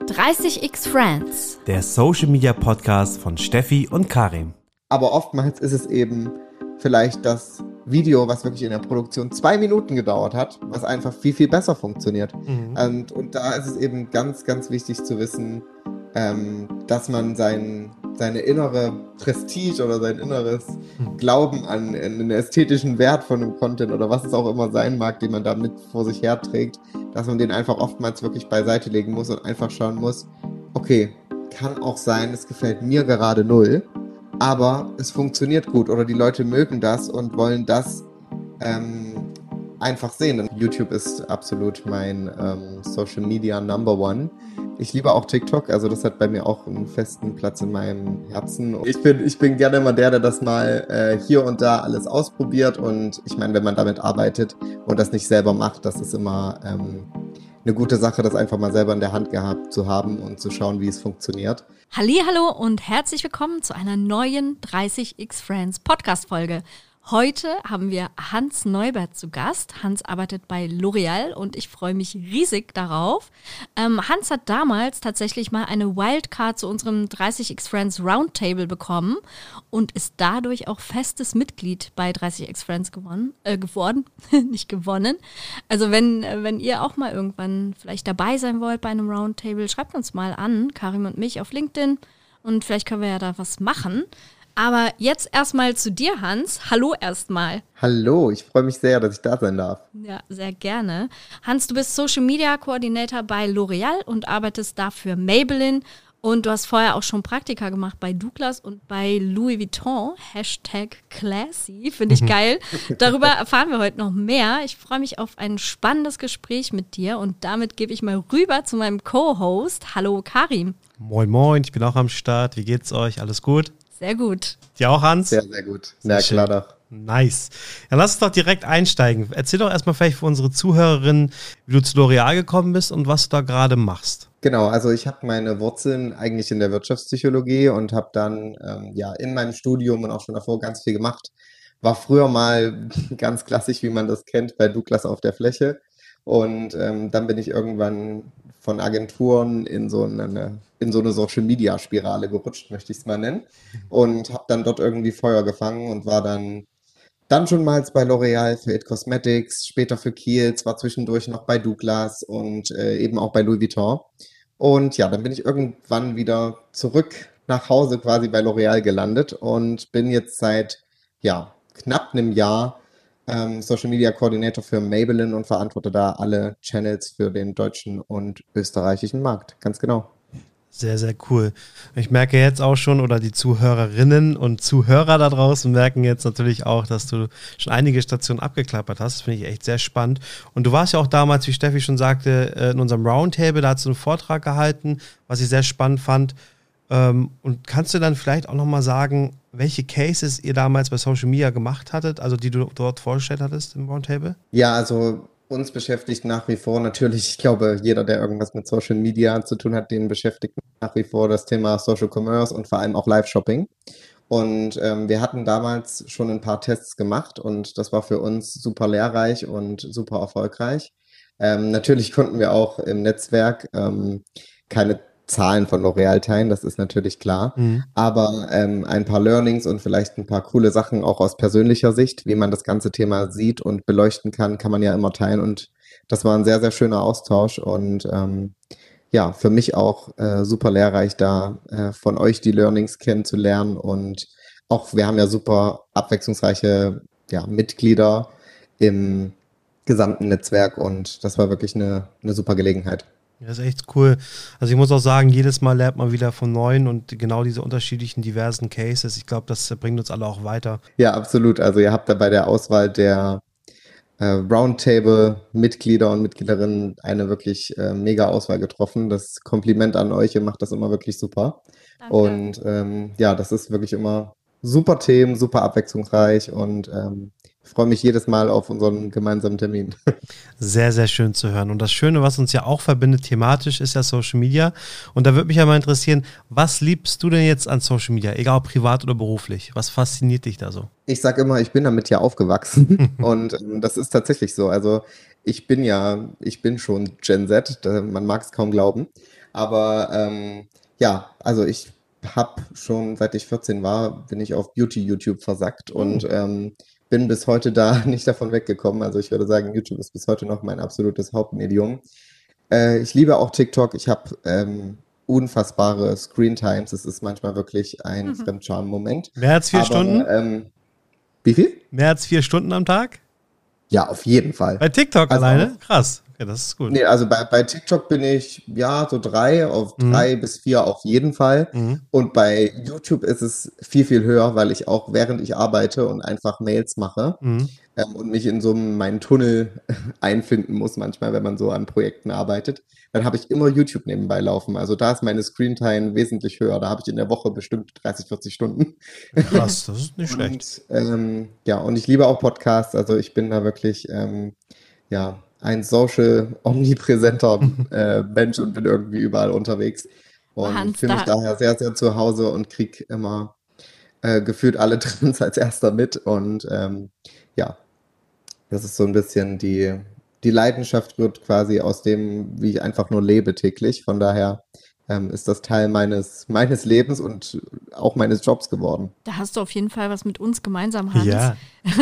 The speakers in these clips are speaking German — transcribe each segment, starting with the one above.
30x Friends, der Social Media Podcast von Steffi und Karim. Aber oftmals ist es eben vielleicht das Video, was wirklich in der Produktion 2 Minuten gedauert hat, was einfach viel, viel besser funktioniert. Und da ist es eben ganz, ganz wichtig zu wissen, dass man seine innere Prestige oder sein inneres Glauben an einen ästhetischen Wert von einem Content oder was es auch immer sein mag, den man da mit vor sich herträgt, dass man den einfach oftmals wirklich beiseite legen muss und einfach schauen muss, okay, kann auch sein, es gefällt mir gerade null, aber es funktioniert gut oder die Leute mögen das und wollen das einfach sehen. Und YouTube ist absolut mein Social Media Number One. Ich liebe auch TikTok, also das hat bei mir auch einen festen Platz in meinem Herzen. Ich bin gerne immer der das mal hier und da alles ausprobiert und ich meine, wenn man damit arbeitet und das nicht selber macht, das ist immer eine gute Sache, das einfach mal selber in der Hand gehabt zu haben und zu schauen, wie es funktioniert. Hallihallo und herzlich willkommen zu einer neuen 30x Friends Podcast-Folge. Heute haben wir Hans Neubert zu Gast. Hans arbeitet bei L'Oreal und ich freue mich riesig darauf. Hans hat damals tatsächlich mal eine Wildcard zu unserem 30x Friends Roundtable bekommen und ist dadurch auch festes Mitglied bei 30x Friends geworden. Nicht gewonnen. Also wenn ihr auch mal irgendwann vielleicht dabei sein wollt bei einem Roundtable, schreibt uns mal an, Karim und mich auf LinkedIn und vielleicht können wir ja da was machen. Aber jetzt erstmal zu dir, Hans. Hallo erstmal. Hallo, ich freue mich sehr, dass ich da sein darf. Ja, sehr gerne. Hans, du bist Social Media Coordinator bei L'Oreal und arbeitest da für Maybelline. Und du hast vorher auch schon Praktika gemacht bei Douglas und bei Louis Vuitton. #classy, finde ich geil. Darüber erfahren wir heute noch mehr. Ich freue mich auf ein spannendes Gespräch mit dir. Und damit gebe ich mal rüber zu meinem Co-Host. Hallo, Karim. Moin, moin, ich bin auch am Start. Wie geht's euch? Alles gut? Sehr gut. Dir auch, Hans? Sehr, sehr gut. Na klar doch. Nice. Ja, lass uns doch direkt einsteigen. Erzähl doch erstmal vielleicht für unsere Zuhörerinnen, wie du zu L'Oreal gekommen bist und was du da gerade machst. Genau, also ich habe meine Wurzeln eigentlich in der Wirtschaftspsychologie und habe dann in meinem Studium und auch schon davor ganz viel gemacht. War früher mal ganz klassisch, wie man das kennt, bei Douglas auf der Fläche. Und dann bin ich irgendwann von Agenturen in so eine Social-Media-Spirale gerutscht, möchte ich es mal nennen. Und habe dann dort irgendwie Feuer gefangen und war dann schon mal bei L'Oreal für It Cosmetics, später für Kiehl's, war zwischendurch noch bei Douglas und eben auch bei Louis Vuitton. Und ja, dann bin ich irgendwann wieder zurück nach Hause quasi bei L'Oreal gelandet und bin jetzt seit knapp einem Jahr Social Media Coordinator für Maybelline und verantworte da alle Channels für den deutschen und österreichischen Markt. Ganz genau. Sehr, sehr cool. Ich merke jetzt auch schon, oder die Zuhörerinnen und Zuhörer da draußen merken jetzt natürlich auch, dass du schon einige Stationen abgeklappert hast. Das finde ich echt sehr spannend. Und du warst ja auch damals, wie Steffi schon sagte, in unserem Roundtable, da hast du einen Vortrag gehalten, was ich sehr spannend fand. Und kannst du dann vielleicht auch nochmal sagen, welche Cases ihr damals bei Social Media gemacht hattet, also die du dort vorgestellt hattest im Roundtable? Ja, also uns beschäftigt nach wie vor natürlich, ich glaube, jeder, der irgendwas mit Social Media zu tun hat, den beschäftigt nach wie vor das Thema Social Commerce und vor allem auch Live-Shopping. Und wir hatten damals schon ein paar Tests gemacht und das war für uns super lehrreich und super erfolgreich. Natürlich konnten wir auch im Netzwerk keine Zahlen von L'Oreal teilen, das ist natürlich klar, aber ein paar Learnings und vielleicht ein paar coole Sachen auch aus persönlicher Sicht, wie man das ganze Thema sieht und beleuchten kann man ja immer teilen und das war ein sehr, sehr schöner Austausch und für mich auch super lehrreich, da von euch die Learnings kennenzulernen und auch, wir haben ja super abwechslungsreiche Mitglieder im gesamten Netzwerk und das war wirklich eine super Gelegenheit. Ja, das ist echt cool. Also ich muss auch sagen, jedes Mal lernt man wieder von Neuen und genau diese unterschiedlichen, diversen Cases. Ich glaube, das bringt uns alle auch weiter. Ja, absolut. Also ihr habt da bei der Auswahl der Roundtable-Mitglieder und Mitgliederinnen eine wirklich mega Auswahl getroffen. Das Kompliment an euch, ihr macht das immer wirklich super. Danke. Und das ist wirklich immer super Themen, super abwechslungsreich und ich freue mich jedes Mal auf unseren gemeinsamen Termin. Sehr, sehr schön zu hören. Und das Schöne, was uns ja auch verbindet thematisch, ist ja Social Media. Und da würde mich ja mal interessieren, was liebst du denn jetzt an Social Media, egal ob privat oder beruflich? Was fasziniert dich da so? Ich sage immer, ich bin damit ja aufgewachsen und das ist tatsächlich so. Also ich bin schon Gen Z, man mag es kaum glauben. Aber ja, also ich habe schon, seit ich 14 war, bin ich auf Beauty-YouTube versackt und bin bis heute da nicht davon weggekommen. Also ich würde sagen, YouTube ist bis heute noch mein absolutes Hauptmedium. Ich liebe auch TikTok. Ich habe unfassbare Screen-Times. Es ist manchmal wirklich ein Fremdscham-Moment. Mehr als 4 Stunden? Wie viel? Mehr als 4 Stunden am Tag? Ja, auf jeden Fall. Bei TikTok Also alleine? Krass. Ja, das ist gut. Nee, also bei TikTok bin ich ja so 3 bis 4 auf jeden Fall. Mhm. Und bei YouTube ist es viel, viel höher, weil ich auch während ich arbeite und einfach Mails mache Mhm. und mich in so meinen Tunnel einfinden muss, manchmal, wenn man so an Projekten arbeitet, dann habe ich immer YouTube nebenbei laufen. Also da ist meine Screentime wesentlich höher. Da habe ich in der Woche bestimmt 30, 40 Stunden. Krass, das ist nicht schlecht. Ja, und ich liebe auch Podcasts. Also ich bin da wirklich ja, ein social omnipräsenter Mensch und bin irgendwie überall unterwegs und Hans, fühle mich daher sehr, sehr zu Hause und kriege immer gefühlt alle Trends als erster mit. Und ja, das ist so ein bisschen die Leidenschaft rührt quasi aus dem, wie ich einfach nur lebe täglich. Von daher ist das Teil meines Lebens und auch meines Jobs geworden. Da hast du auf jeden Fall was mit uns gemeinsam, Hans. Ja.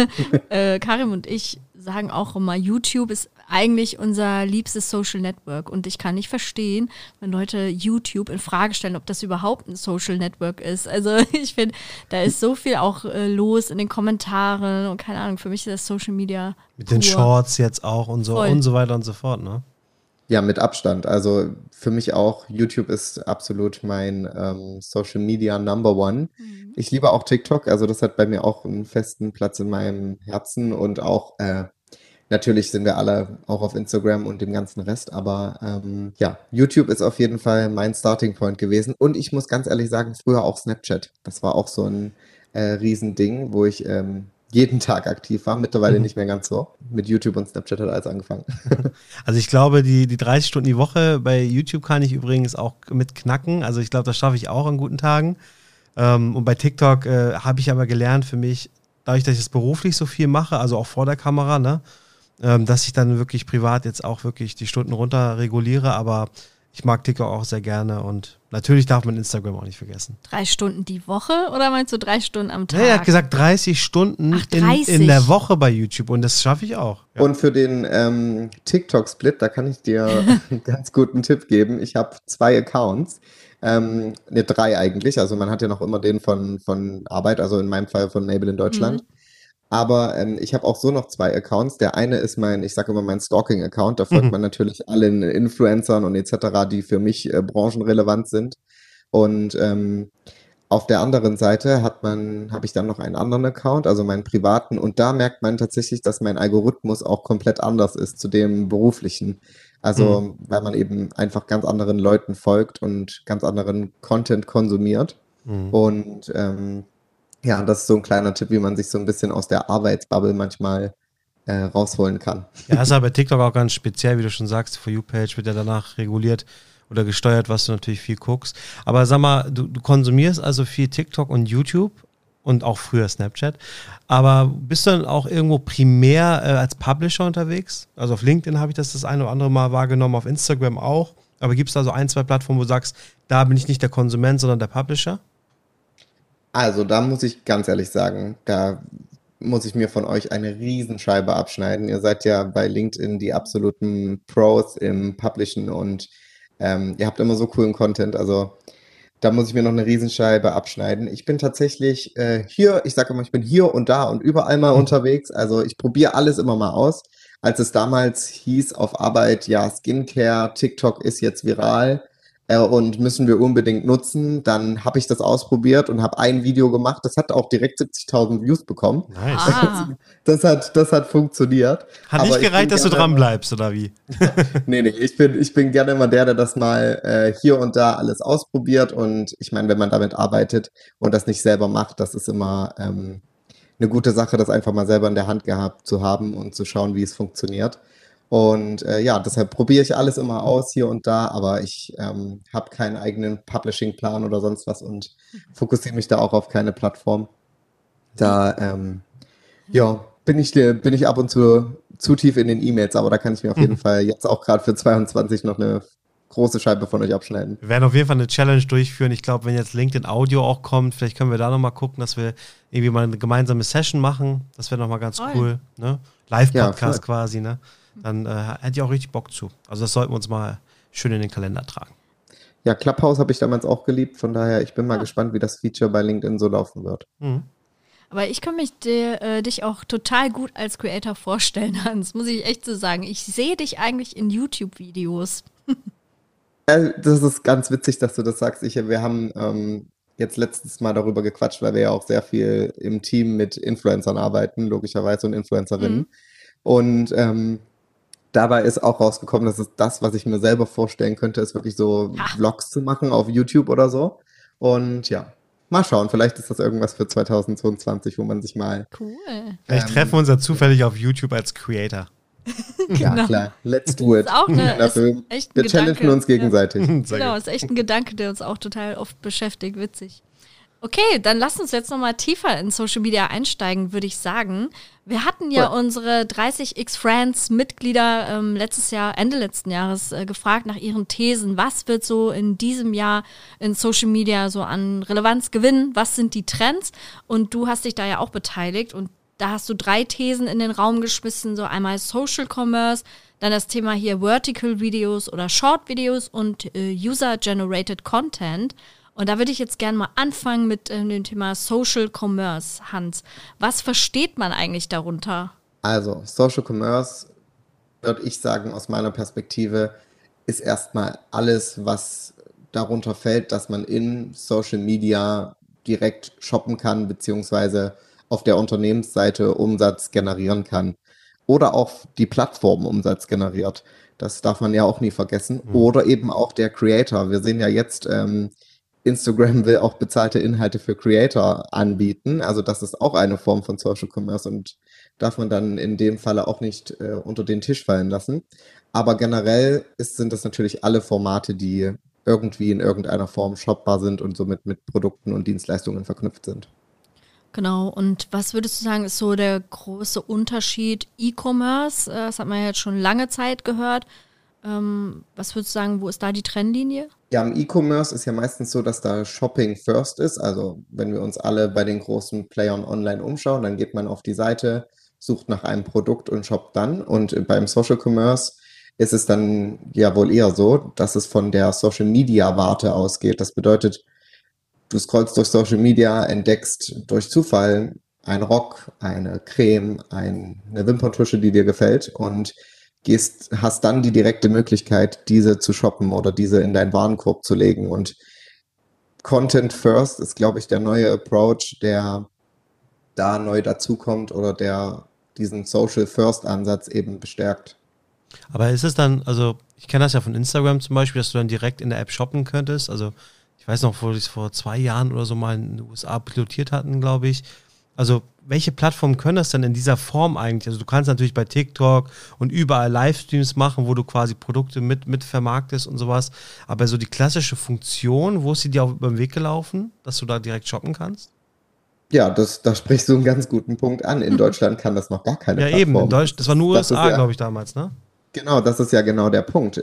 Karim und ich sagen auch immer, YouTube ist eigentlich unser liebstes Social Network. Und ich kann nicht verstehen, wenn Leute YouTube in Frage stellen, ob das überhaupt ein Social Network ist. Also ich finde, da ist so viel auch los in den Kommentaren und keine Ahnung, für mich ist das Social Media Mit den pur. Shorts jetzt auch und so Voll. und so weiter und so fort, ne? Ja, mit Abstand. Also für mich auch, YouTube ist absolut mein Social Media Number One. Ich liebe auch TikTok, also das hat bei mir auch einen festen Platz in meinem Herzen und auch natürlich sind wir alle auch auf Instagram und dem ganzen Rest, aber ja, YouTube ist auf jeden Fall mein Starting Point gewesen und ich muss ganz ehrlich sagen, früher auch Snapchat. Das war auch so ein Riesending, wo ich jeden Tag aktiv war, mittlerweile nicht mehr ganz so. Mit YouTube und Snapchat hat alles angefangen. Also ich glaube, die 30 Stunden die Woche bei YouTube kann ich übrigens auch mit knacken. Also ich glaube, das schaffe ich auch an guten Tagen. Und bei TikTok habe ich aber gelernt für mich, dadurch, dass ich das beruflich so viel mache, also auch vor der Kamera, ne, dass ich dann wirklich privat jetzt auch wirklich die Stunden runter reguliere. Aber ich mag TikTok auch sehr gerne und natürlich darf man Instagram auch nicht vergessen. 3 Stunden die Woche oder meinst du 3 Stunden am Tag? Ja, er hat gesagt 30 Stunden Ach, 30. in der Woche bei YouTube und das schaffe ich auch. Ja. Und für den TikTok-Split, da kann ich dir einen ganz guten Tipp geben. Ich habe 2 Accounts, ne, 3 eigentlich. Also man hat ja noch immer den von Arbeit, also in meinem Fall von Mabel in Deutschland. Aber ich habe auch so noch 2 Accounts. Der eine ist ich sage immer mein Stalking-Account. Da folgt man natürlich allen Influencern und etc., die für mich branchenrelevant sind. Und auf der anderen Seite habe ich dann noch einen anderen Account, also meinen privaten. Und da merkt man tatsächlich, dass mein Algorithmus auch komplett anders ist zu dem beruflichen. Also weil man eben einfach ganz anderen Leuten folgt und ganz anderen Content konsumiert. Und ja, das ist so ein kleiner Tipp, wie man sich so ein bisschen aus der Arbeitsbubble manchmal rausholen kann. Ja, das ist aber bei TikTok auch ganz speziell, wie du schon sagst, die For You-Page wird ja danach reguliert oder gesteuert, was du natürlich viel guckst. Aber sag mal, du konsumierst also viel TikTok und YouTube und auch früher Snapchat, aber bist du dann auch irgendwo primär als Publisher unterwegs? Also auf LinkedIn habe ich das eine oder andere Mal wahrgenommen, auf Instagram auch. Aber gibt es da so 1, 2 Plattformen, wo du sagst, da bin ich nicht der Konsument, sondern der Publisher? Also da muss ich ganz ehrlich sagen, da muss ich mir von euch eine Riesenscheibe abschneiden. Ihr seid ja bei LinkedIn die absoluten Pros im Publishen und ihr habt immer so coolen Content. Also da muss ich mir noch eine Riesenscheibe abschneiden. Ich bin tatsächlich hier, ich sage immer, ich bin hier und da und überall mal unterwegs. Also ich probiere alles immer mal aus. Als es damals hieß auf Arbeit, ja, Skincare, TikTok ist jetzt viral und müssen wir unbedingt nutzen, dann habe ich das ausprobiert und habe ein Video gemacht. Das hat auch direkt 70.000 Views bekommen. Nice. Ah, Das hat funktioniert. Hat Aber nicht ich bin gereicht, dass du gerne dran bleibst, oder wie? Nee, ich bin gerne immer der das mal hier und da alles ausprobiert. Und ich meine, wenn man damit arbeitet und das nicht selber macht, das ist immer eine gute Sache, das einfach mal selber in der Hand gehabt zu haben und zu schauen, wie es funktioniert. Und ja, deshalb probiere ich alles immer aus hier und da, aber ich habe keinen eigenen Publishing-Plan oder sonst was und fokussiere mich da auch auf keine Plattform. Da ja, bin ich ab und zu tief in den E-Mails, aber da kann ich mir auf jeden Fall jetzt auch gerade für 22 noch eine große Scheibe von euch abschneiden. Wir werden auf jeden Fall eine Challenge durchführen. Ich glaube, wenn jetzt LinkedIn Audio auch kommt, vielleicht können wir da nochmal gucken, dass wir irgendwie mal eine gemeinsame Session machen. Das wäre nochmal ganz cool. Ne? Live-Podcast quasi. Ne? Dann hätte ich auch richtig Bock zu. Also das sollten wir uns mal schön in den Kalender tragen. Ja, Clubhouse habe ich damals auch geliebt. Von daher, ich bin mal gespannt, wie das Feature bei LinkedIn so laufen wird. Mhm. Aber ich kann mich dich auch total gut als Creator vorstellen, Hans, muss ich echt so sagen. Ich sehe dich eigentlich in YouTube-Videos. Das ist ganz witzig, dass du das sagst. Wir haben jetzt letztes Mal darüber gequatscht, weil wir ja auch sehr viel im Team mit Influencern arbeiten, logischerweise, und Influencerinnen. Und dabei ist auch rausgekommen, dass es das, was ich mir selber vorstellen könnte, ist wirklich so Vlogs zu machen auf YouTube oder so. Und ja, mal schauen, vielleicht ist das irgendwas für 2022, wo man sich mal... Cool. Vielleicht treffen wir uns ja zufällig auf YouTube als Creator. Ja, klar. Let's do it. Ist auch ist echt ein wir challengen uns gegenseitig. Genau, ist echt ein Gedanke, der uns auch total oft beschäftigt. Witzig. Okay, dann lass uns jetzt nochmal tiefer in Social Media einsteigen, würde ich sagen. Wir hatten ja unsere 30x Friends Mitglieder Ende letzten Jahres gefragt nach ihren Thesen. Was wird so in diesem Jahr in Social Media so an Relevanz gewinnen? Was sind die Trends? Und du hast dich da ja auch beteiligt und da hast du 3 Thesen in den Raum geschmissen, so einmal Social Commerce, dann das Thema hier Vertical Videos oder Short Videos und User-Generated Content. Und da würde ich jetzt gerne mal anfangen mit dem Thema Social Commerce, Hans. Was versteht man eigentlich darunter? Also, Social Commerce, würde ich sagen, aus meiner Perspektive, ist erstmal alles, was darunter fällt, dass man in Social Media direkt shoppen kann, beziehungsweise auf der Unternehmensseite Umsatz generieren kann. Oder auch die Plattform Umsatz generiert. Das darf man ja auch nie vergessen. Oder eben auch der Creator. Wir sehen ja jetzt, Instagram will auch bezahlte Inhalte für Creator anbieten. Also das ist auch eine Form von Social Commerce und darf man dann in dem Falle auch nicht unter den Tisch fallen lassen. Aber generell sind das natürlich alle Formate, die irgendwie in irgendeiner Form shoppbar sind und somit mit Produkten und Dienstleistungen verknüpft sind. Genau, und was würdest du sagen, ist so der große Unterschied E-Commerce? Das hat man ja jetzt schon lange Zeit gehört. Was würdest du sagen, wo ist da die Trennlinie? Ja, im E-Commerce ist ja meistens so, dass da Shopping first ist. Also wenn wir uns alle bei den großen Playern online umschauen, dann geht man auf die Seite, sucht nach einem Produkt und shoppt dann. Und beim Social Commerce ist es dann ja wohl eher so, dass es von der Social Media Warte ausgeht. Das bedeutet, du scrollst durch Social Media, entdeckst durch Zufall einen Rock, eine Creme, eine Wimperntusche, die dir gefällt und hast dann die direkte Möglichkeit, diese zu shoppen oder diese in deinen Warenkorb zu legen. Und Content First ist, glaube ich, der neue Approach, der da neu dazukommt oder der diesen Social First Ansatz eben bestärkt. Aber ist es dann, also ich kenne das ja von Instagram zum Beispiel, dass du dann direkt in der App shoppen könntest. Also ich weiß noch, wo wir es vor 2 Jahren oder so mal in den USA pilotiert hatten, glaube ich. Also welche Plattformen können das denn in dieser Form eigentlich? Also du kannst natürlich bei TikTok und überall Livestreams machen, wo du quasi Produkte mit vermarktest und sowas. Aber so die klassische Funktion, wo ist sie dir auch über den Weg gelaufen, dass du da direkt shoppen kannst? Ja, da sprichst du einen ganz guten Punkt an. In Deutschland kann das noch gar keine Plattform. Ja, eben, in Deutschland, das war nur USA, glaube ich, damals, ne? Genau, das ist ja genau der Punkt.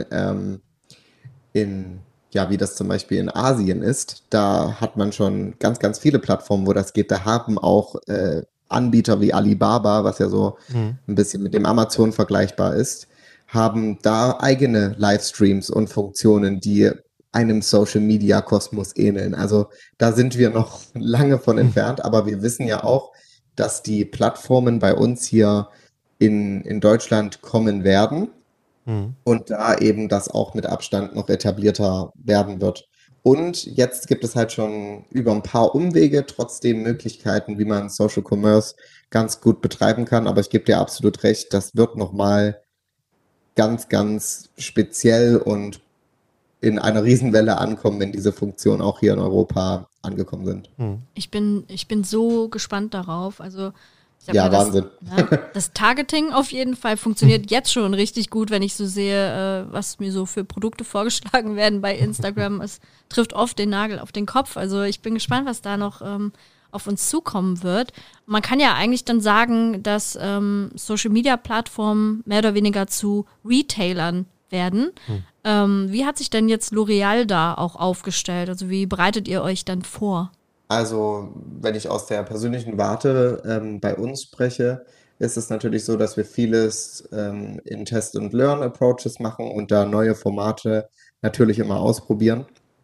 Ja, wie das zum Beispiel in Asien ist, da hat man schon ganz, ganz viele Plattformen, wo das geht. Da haben auch Anbieter wie Alibaba, was ja so ein bisschen mit dem Amazon vergleichbar ist, haben da eigene Livestreams und Funktionen, die einem Social-Media-Kosmos ähneln. Also da sind wir noch lange von entfernt, aber wir wissen ja auch, dass die Plattformen bei uns hier in Deutschland kommen werden. Und da eben das auch mit Abstand noch etablierter werden wird. Und jetzt gibt es halt schon über ein paar Umwege trotzdem Möglichkeiten, wie man Social Commerce ganz gut betreiben kann. Aber ich gebe dir absolut recht, das wird nochmal ganz, ganz speziell und in einer Riesenwelle ankommen, wenn diese Funktionen auch hier in Europa angekommen sind. Ich bin so gespannt darauf. Also ja, Wahnsinn. Das Targeting auf jeden Fall funktioniert jetzt schon richtig gut, wenn ich so sehe, was mir so für Produkte vorgeschlagen werden bei Instagram. Es trifft oft den Nagel auf den Kopf. Also ich bin gespannt, was da noch auf uns zukommen wird. Man kann ja eigentlich dann sagen, dass Social-Media-Plattformen mehr oder weniger zu Retailern werden. Wie hat sich denn jetzt L'Oréal da auch aufgestellt? Also wie bereitet ihr euch dann vor? Also, wenn ich aus der persönlichen Warte bei uns spreche, ist es natürlich so, dass wir vieles in Test-and-Learn-Approaches machen und da neue Formate natürlich immer ausprobieren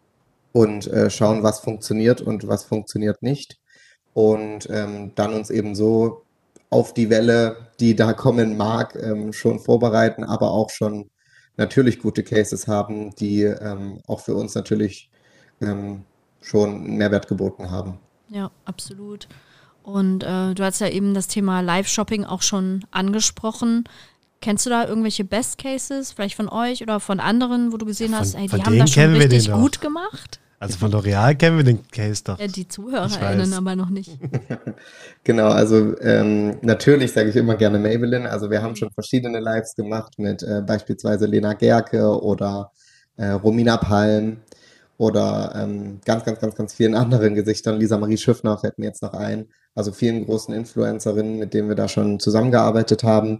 und schauen, was funktioniert und was funktioniert nicht. Und dann uns eben so auf die Welle, die da kommen mag, schon vorbereiten, aber auch schon natürlich gute Cases haben, die auch für uns natürlich ähm, schon einen Mehrwert geboten haben. Ja, absolut. Und du hast ja eben das Thema Live-Shopping auch schon angesprochen. Kennst du da irgendwelche Best Cases, vielleicht von euch oder von anderen, wo du gesehen hast, ey, von die haben denen das schon kennen wir richtig den doch. gut gemacht? Also von L'Oréal kennen wir den Case doch. Ja, die Ich ZuhörerInnen weiß. aber noch nicht. Genau, also natürlich sage ich immer gerne Maybelline. Also wir haben schon verschiedene Lives gemacht mit beispielsweise Lena Gerke oder Romina Palm oder ganz, ganz, ganz, ganz vielen anderen Gesichtern. Lisa Marie Schiffner fällt mir jetzt noch ein. Also vielen großen Influencerinnen, mit denen wir da schon zusammengearbeitet haben.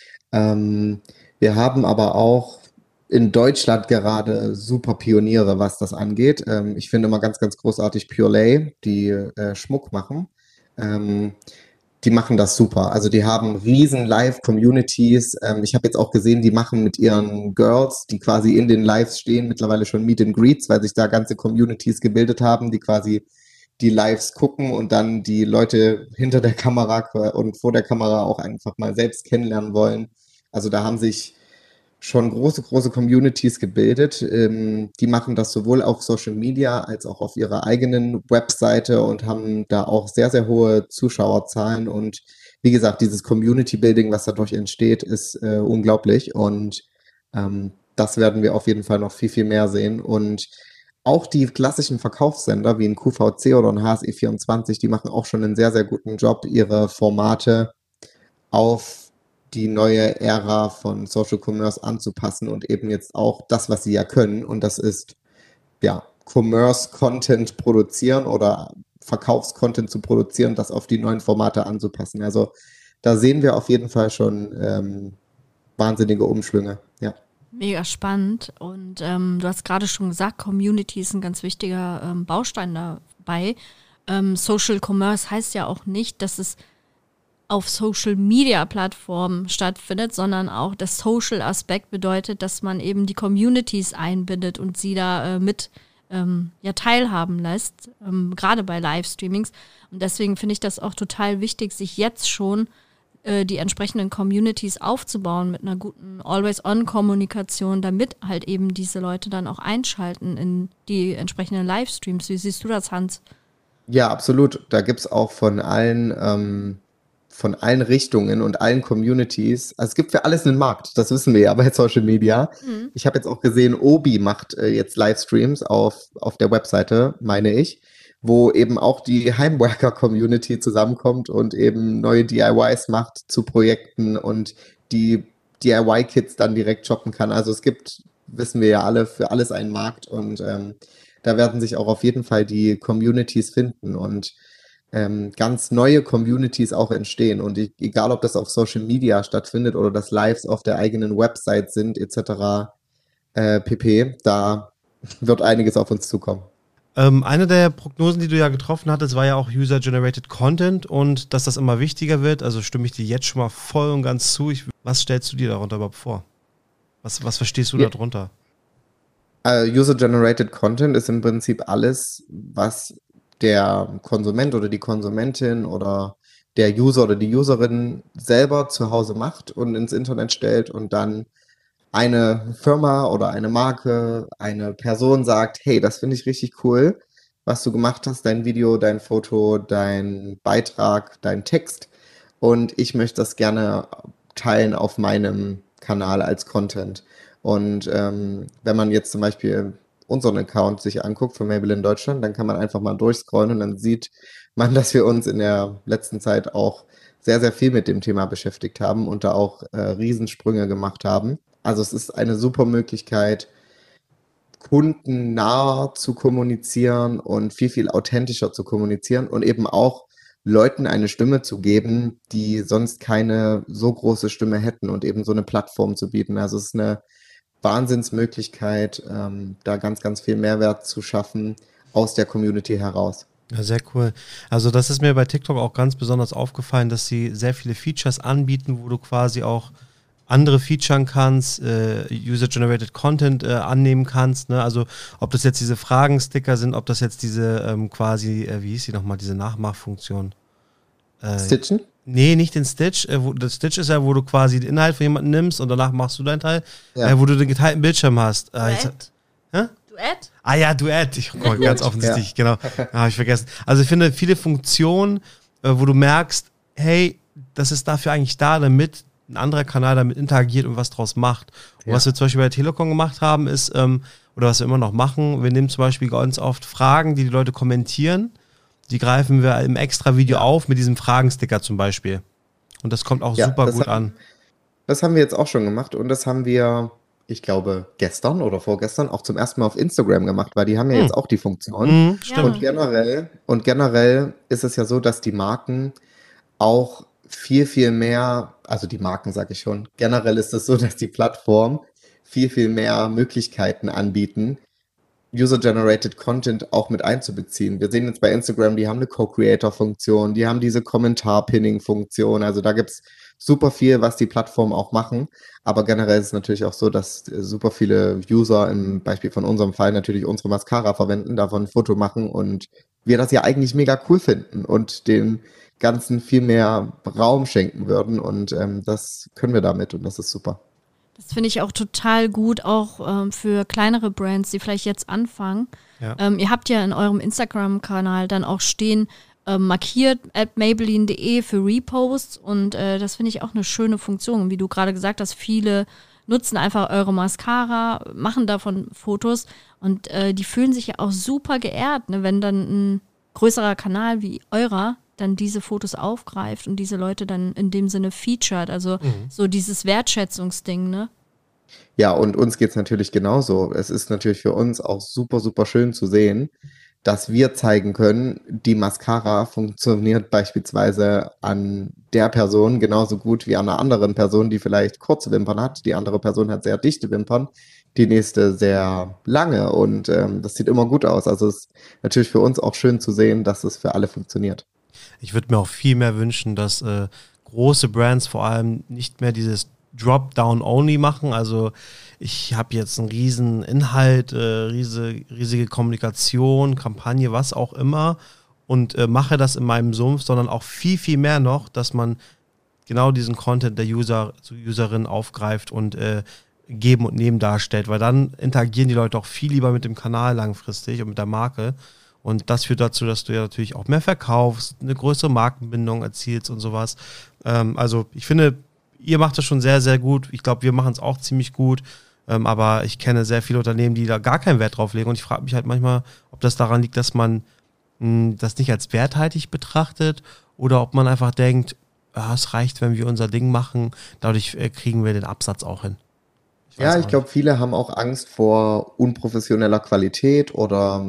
Ähm, Wir haben aber auch in Deutschland gerade super Pioniere, was das angeht. Ich finde immer ganz, ganz großartig Pure Lay, die Schmuck machen. Ähm, Die machen das super. Also die haben riesen Live-Communities. Ich habe jetzt auch gesehen, die machen mit ihren Girls, die quasi in den Lives stehen, mittlerweile schon Meet and Greets, weil sich da ganze Communities gebildet haben, die quasi die Lives gucken und dann die Leute hinter der Kamera und vor der Kamera auch einfach mal selbst kennenlernen wollen. Also da haben sich schon große, große Communities gebildet. Die machen das sowohl auf Social Media als auch auf ihrer eigenen Webseite und haben da auch sehr, sehr hohe Zuschauerzahlen. Und wie gesagt, dieses Community Building, was dadurch entsteht, ist unglaublich. Und das werden wir auf jeden Fall noch viel, viel mehr sehen. Und auch die klassischen Verkaufssender wie ein QVC oder ein HSE24, die machen auch schon einen sehr, sehr guten Job, ihre Formate auf die neue Ära von Social Commerce anzupassen und eben jetzt auch das, was sie ja können, und das ist ja Commerce-Content produzieren oder Verkaufscontent zu produzieren, das auf die neuen Formate anzupassen. Also da sehen wir auf jeden Fall schon wahnsinnige Umschwünge. Ja. Mega spannend. Und du hast gerade schon gesagt, Community ist ein ganz wichtiger Baustein dabei. Social Commerce heißt ja auch nicht, dass es auf Social-Media-Plattformen stattfindet, sondern auch der Social-Aspekt bedeutet, dass man eben die Communities einbindet und sie da mit teilhaben lässt, gerade bei Livestreamings. Und deswegen finde ich das auch total wichtig, sich jetzt schon die entsprechenden Communities aufzubauen mit einer guten Always-On-Kommunikation, damit halt eben diese Leute dann auch einschalten in die entsprechenden Livestreams. Wie siehst du das, Hans? Ja, absolut. Da gibt es auch von allen Richtungen und allen Communities. Also es gibt für alles einen Markt, das wissen wir ja bei Social Media. Mhm. Ich habe jetzt auch gesehen, Obi macht jetzt Livestreams auf der Webseite, meine ich, wo eben auch die Heimworker-Community zusammenkommt und eben neue DIYs macht zu Projekten und die DIY-Kits dann direkt shoppen kann. Also es gibt, wissen wir ja alle, für alles einen Markt und da werden sich auch auf jeden Fall die Communities finden und ganz neue Communities auch entstehen. Und egal, ob das auf Social Media stattfindet oder das Lives auf der eigenen Website sind, etc. pp., da wird einiges auf uns zukommen. Eine der Prognosen, die du ja getroffen hattest, war ja auch User-Generated Content und dass das immer wichtiger wird. Also stimme ich dir jetzt schon mal voll und ganz zu. Was stellst du dir darunter überhaupt vor? Was verstehst du darunter? User-Generated Content ist im Prinzip alles, was der Konsument oder die Konsumentin oder der User oder die Userin selber zu Hause macht und ins Internet stellt und dann eine Firma oder eine Marke, eine Person sagt, hey, das finde ich richtig cool, was du gemacht hast, dein Video, dein Foto, dein Beitrag, dein Text und ich möchte das gerne teilen auf meinem Kanal als Content. Und wenn man jetzt zum Beispiel unseren Account sich anguckt von Maybelline Deutschland, dann kann man einfach mal durchscrollen und dann sieht man, dass wir uns in der letzten Zeit auch sehr, sehr viel mit dem Thema beschäftigt haben und da auch Riesensprünge gemacht haben. Also es ist eine super Möglichkeit, kundennah zu kommunizieren und viel, viel authentischer zu kommunizieren und eben auch Leuten eine Stimme zu geben, die sonst keine so große Stimme hätten und eben so eine Plattform zu bieten. Also es ist eine Wahnsinnsmöglichkeit, da ganz, ganz viel Mehrwert zu schaffen aus der Community heraus. Ja, sehr cool. Also das ist mir bei TikTok auch ganz besonders aufgefallen, dass sie sehr viele Features anbieten, wo du quasi auch andere featuren kannst, User-Generated Content annehmen kannst. Ne? Also ob das jetzt diese Fragensticker sind, ob das jetzt diese quasi, wie hieß die nochmal, diese Nachmachfunktion? Stitchen? Nee, nicht den Stitch. Das Stitch ist ja, wo du quasi den Inhalt von jemandem nimmst und danach machst du deinen Teil, wo du den geteilten Bildschirm hast. Duett? Ah ja, Duett. Ganz offensichtlich, genau. Habe ich vergessen. Also ich finde viele Funktionen, wo du merkst, hey, das ist dafür eigentlich da, damit ein anderer Kanal damit interagiert und was draus macht. Und was wir zum Beispiel bei Telekom gemacht haben, ist, oder was wir immer noch machen, wir nehmen zum Beispiel ganz oft Fragen, die Leute kommentieren, die greifen wir im extra Video auf, mit diesem Fragensticker zum Beispiel. Und das kommt auch super gut an. Das haben wir jetzt auch schon gemacht und das haben wir, ich glaube, gestern oder vorgestern auch zum ersten Mal auf Instagram gemacht, weil die haben ja jetzt auch die Funktion. Stimmt. Und generell ist es ja so, dass die Marken auch viel, viel mehr, also die Marken sage ich schon, generell ist es so, dass die Plattform viel, viel mehr Möglichkeiten anbieten, User-Generated Content auch mit einzubeziehen. Wir sehen jetzt bei Instagram, die haben eine Co-Creator-Funktion, die haben diese Kommentar-Pinning-Funktion, also da gibt's super viel, was die Plattformen auch machen, aber generell ist es natürlich auch so, dass super viele User im Beispiel von unserem Fall natürlich unsere Mascara verwenden, davon ein Foto machen und wir das ja eigentlich mega cool finden und den Ganzen viel mehr Raum schenken würden und das können wir damit und das ist super. Das finde ich auch total gut, auch für kleinere Brands, die vielleicht jetzt anfangen. Ja. Ihr habt ja in eurem Instagram-Kanal dann auch stehen, markiert @maybelline.de für Reposts und das finde ich auch eine schöne Funktion. Wie du gerade gesagt hast, viele nutzen einfach eure Mascara, machen davon Fotos und die fühlen sich ja auch super geehrt, ne, wenn dann ein größerer Kanal wie eurer dann diese Fotos aufgreift und diese Leute dann in dem Sinne featured. Also so dieses Wertschätzungsding, ne? Ja, und uns geht's natürlich genauso. Es ist natürlich für uns auch super, super schön zu sehen, dass wir zeigen können, die Mascara funktioniert beispielsweise an der Person genauso gut wie an einer anderen Person, die vielleicht kurze Wimpern hat. Die andere Person hat sehr dichte Wimpern, die nächste sehr lange und das sieht immer gut aus. Also es ist natürlich für uns auch schön zu sehen, dass es für alle funktioniert. Ich würde mir auch viel mehr wünschen, dass große Brands vor allem nicht mehr dieses Drop-Down-Only machen. Also ich habe jetzt einen riesen Inhalt, riesige Kommunikation, Kampagne, was auch immer und mache das in meinem Sumpf, sondern auch viel, viel mehr noch, dass man genau diesen Content der Userin aufgreift und geben und nehmen darstellt, weil dann interagieren die Leute auch viel lieber mit dem Kanal langfristig und mit der Marke. Und das führt dazu, dass du ja natürlich auch mehr verkaufst, eine größere Markenbindung erzielst und sowas. Also ich finde, ihr macht das schon sehr, sehr gut. Ich glaube, wir machen es auch ziemlich gut. Aber ich kenne sehr viele Unternehmen, die da gar keinen Wert drauf legen. Und ich frage mich halt manchmal, ob das daran liegt, dass man das nicht als werthaltig betrachtet oder ob man einfach denkt, es reicht, wenn wir unser Ding machen. Dadurch kriegen wir den Absatz auch hin. Ich glaube, viele haben auch Angst vor unprofessioneller Qualität oder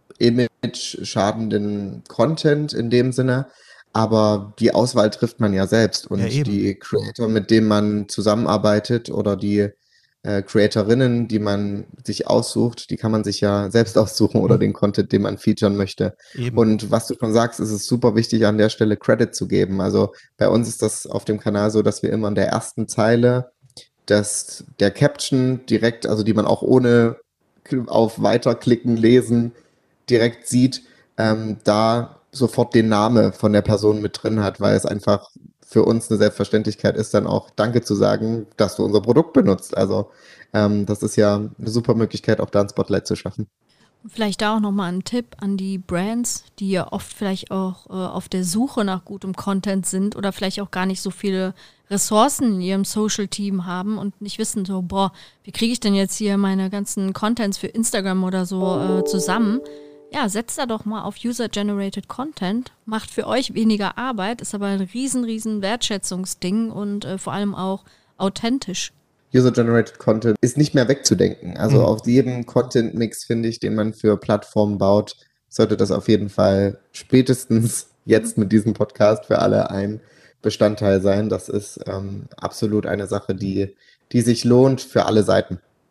image-schadenden Content in dem Sinne, aber die Auswahl trifft man ja selbst und die Creator, mit denen man zusammenarbeitet oder die Creatorinnen, die man sich aussucht, die kann man sich ja selbst aussuchen oder den Content, den man featuren möchte. Eben. Und was du schon sagst, ist es super wichtig, an der Stelle Credit zu geben. Also bei uns ist das auf dem Kanal so, dass wir immer in der ersten Zeile der Caption direkt, also die man auch ohne auf Weiterklicken, lesen, direkt sieht, da sofort den Namen von der Person mit drin hat, weil es einfach für uns eine Selbstverständlichkeit ist, dann auch Danke zu sagen, dass du unser Produkt benutzt. Also das ist ja eine super Möglichkeit, auch da ein Spotlight zu schaffen. Vielleicht da auch nochmal ein Tipp an die Brands, die ja oft vielleicht auch auf der Suche nach gutem Content sind oder vielleicht auch gar nicht so viele Ressourcen in ihrem Social-Team haben und nicht wissen so, wie kriege ich denn jetzt hier meine ganzen Contents für Instagram oder so zusammen? Ja, setzt da doch mal auf User-Generated Content, macht für euch weniger Arbeit, ist aber ein riesen Wertschätzungsding und vor allem auch authentisch. User-Generated Content ist nicht mehr wegzudenken. Also auf jedem Content-Mix, finde ich, den man für Plattformen baut, sollte das auf jeden Fall spätestens jetzt mit diesem Podcast für alle ein Bestandteil sein. Das ist absolut eine Sache, die sich lohnt für alle Seiten.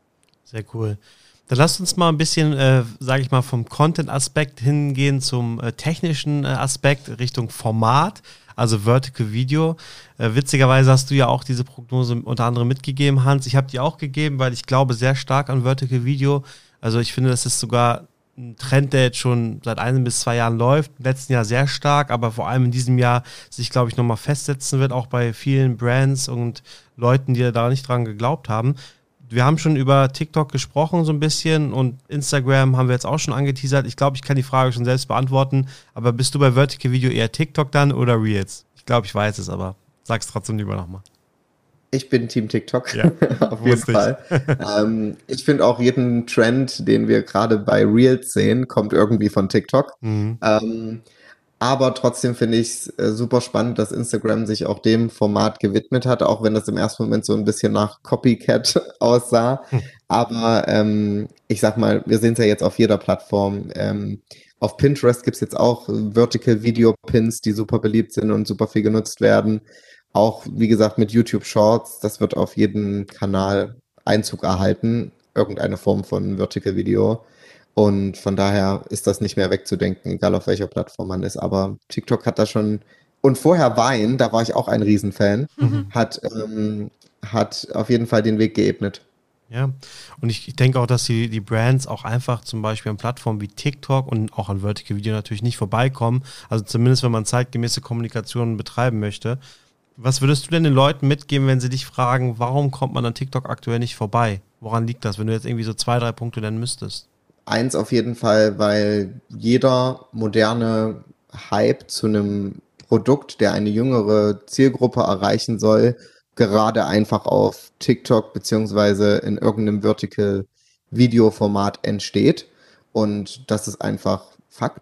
Sehr cool. Dann lasst uns mal ein bisschen, sage ich mal, vom Content-Aspekt hingehen zum technischen Aspekt Richtung Format, also Vertical Video. Witzigerweise hast du ja auch diese Prognose unter anderem mitgegeben, Hans. Ich habe die auch gegeben, weil ich glaube sehr stark an Vertical Video. Also ich finde, das ist sogar ein Trend, der jetzt schon seit 1 bis 2 Jahren läuft. Im letzten Jahr sehr stark, aber vor allem in diesem Jahr sich, glaube ich, nochmal festsetzen wird, auch bei vielen Brands und Leuten, die da nicht dran geglaubt haben. Wir haben schon über TikTok gesprochen so ein bisschen und Instagram haben wir jetzt auch schon angeteasert. Ich glaube, ich kann die Frage schon selbst beantworten, aber bist du bei Vertical Video eher TikTok dann oder Reels? Ich glaube, ich weiß es, aber sag's trotzdem lieber nochmal. Ich bin Team TikTok, ja, auf jeden Fall. Ich finde auch jeden Trend, den wir gerade bei Reels sehen, kommt irgendwie von TikTok. Aber trotzdem finde ich es super spannend, dass Instagram sich auch dem Format gewidmet hat, auch wenn das im ersten Moment so ein bisschen nach Copycat aussah. Aber ich sag mal, wir sehen es ja jetzt auf jeder Plattform. Auf Pinterest gibt es jetzt auch Vertical Video Pins, die super beliebt sind und super viel genutzt werden. Auch, wie gesagt, mit YouTube Shorts, das wird auf jeden Kanal Einzug erhalten, irgendeine Form von Vertical Video. Und von daher ist das nicht mehr wegzudenken, egal auf welcher Plattform man ist. Aber TikTok hat da schon, und vorher Vine, da war ich auch ein Riesenfan, hat auf jeden Fall den Weg geebnet. Ja, und ich denke auch, dass die Brands auch einfach zum Beispiel an Plattformen wie TikTok und auch an Vertical Video natürlich nicht vorbeikommen. Also zumindest, wenn man zeitgemäße Kommunikation betreiben möchte. Was würdest du denn den Leuten mitgeben, wenn sie dich fragen, warum kommt man an TikTok aktuell nicht vorbei? Woran liegt das, wenn du jetzt irgendwie so 2, 3 Punkte nennen müsstest? Eins auf jeden Fall, weil jeder moderne Hype zu einem Produkt, der eine jüngere Zielgruppe erreichen soll, gerade einfach auf TikTok beziehungsweise in irgendeinem Vertical-Video-Format entsteht. Und das ist einfach Fakt.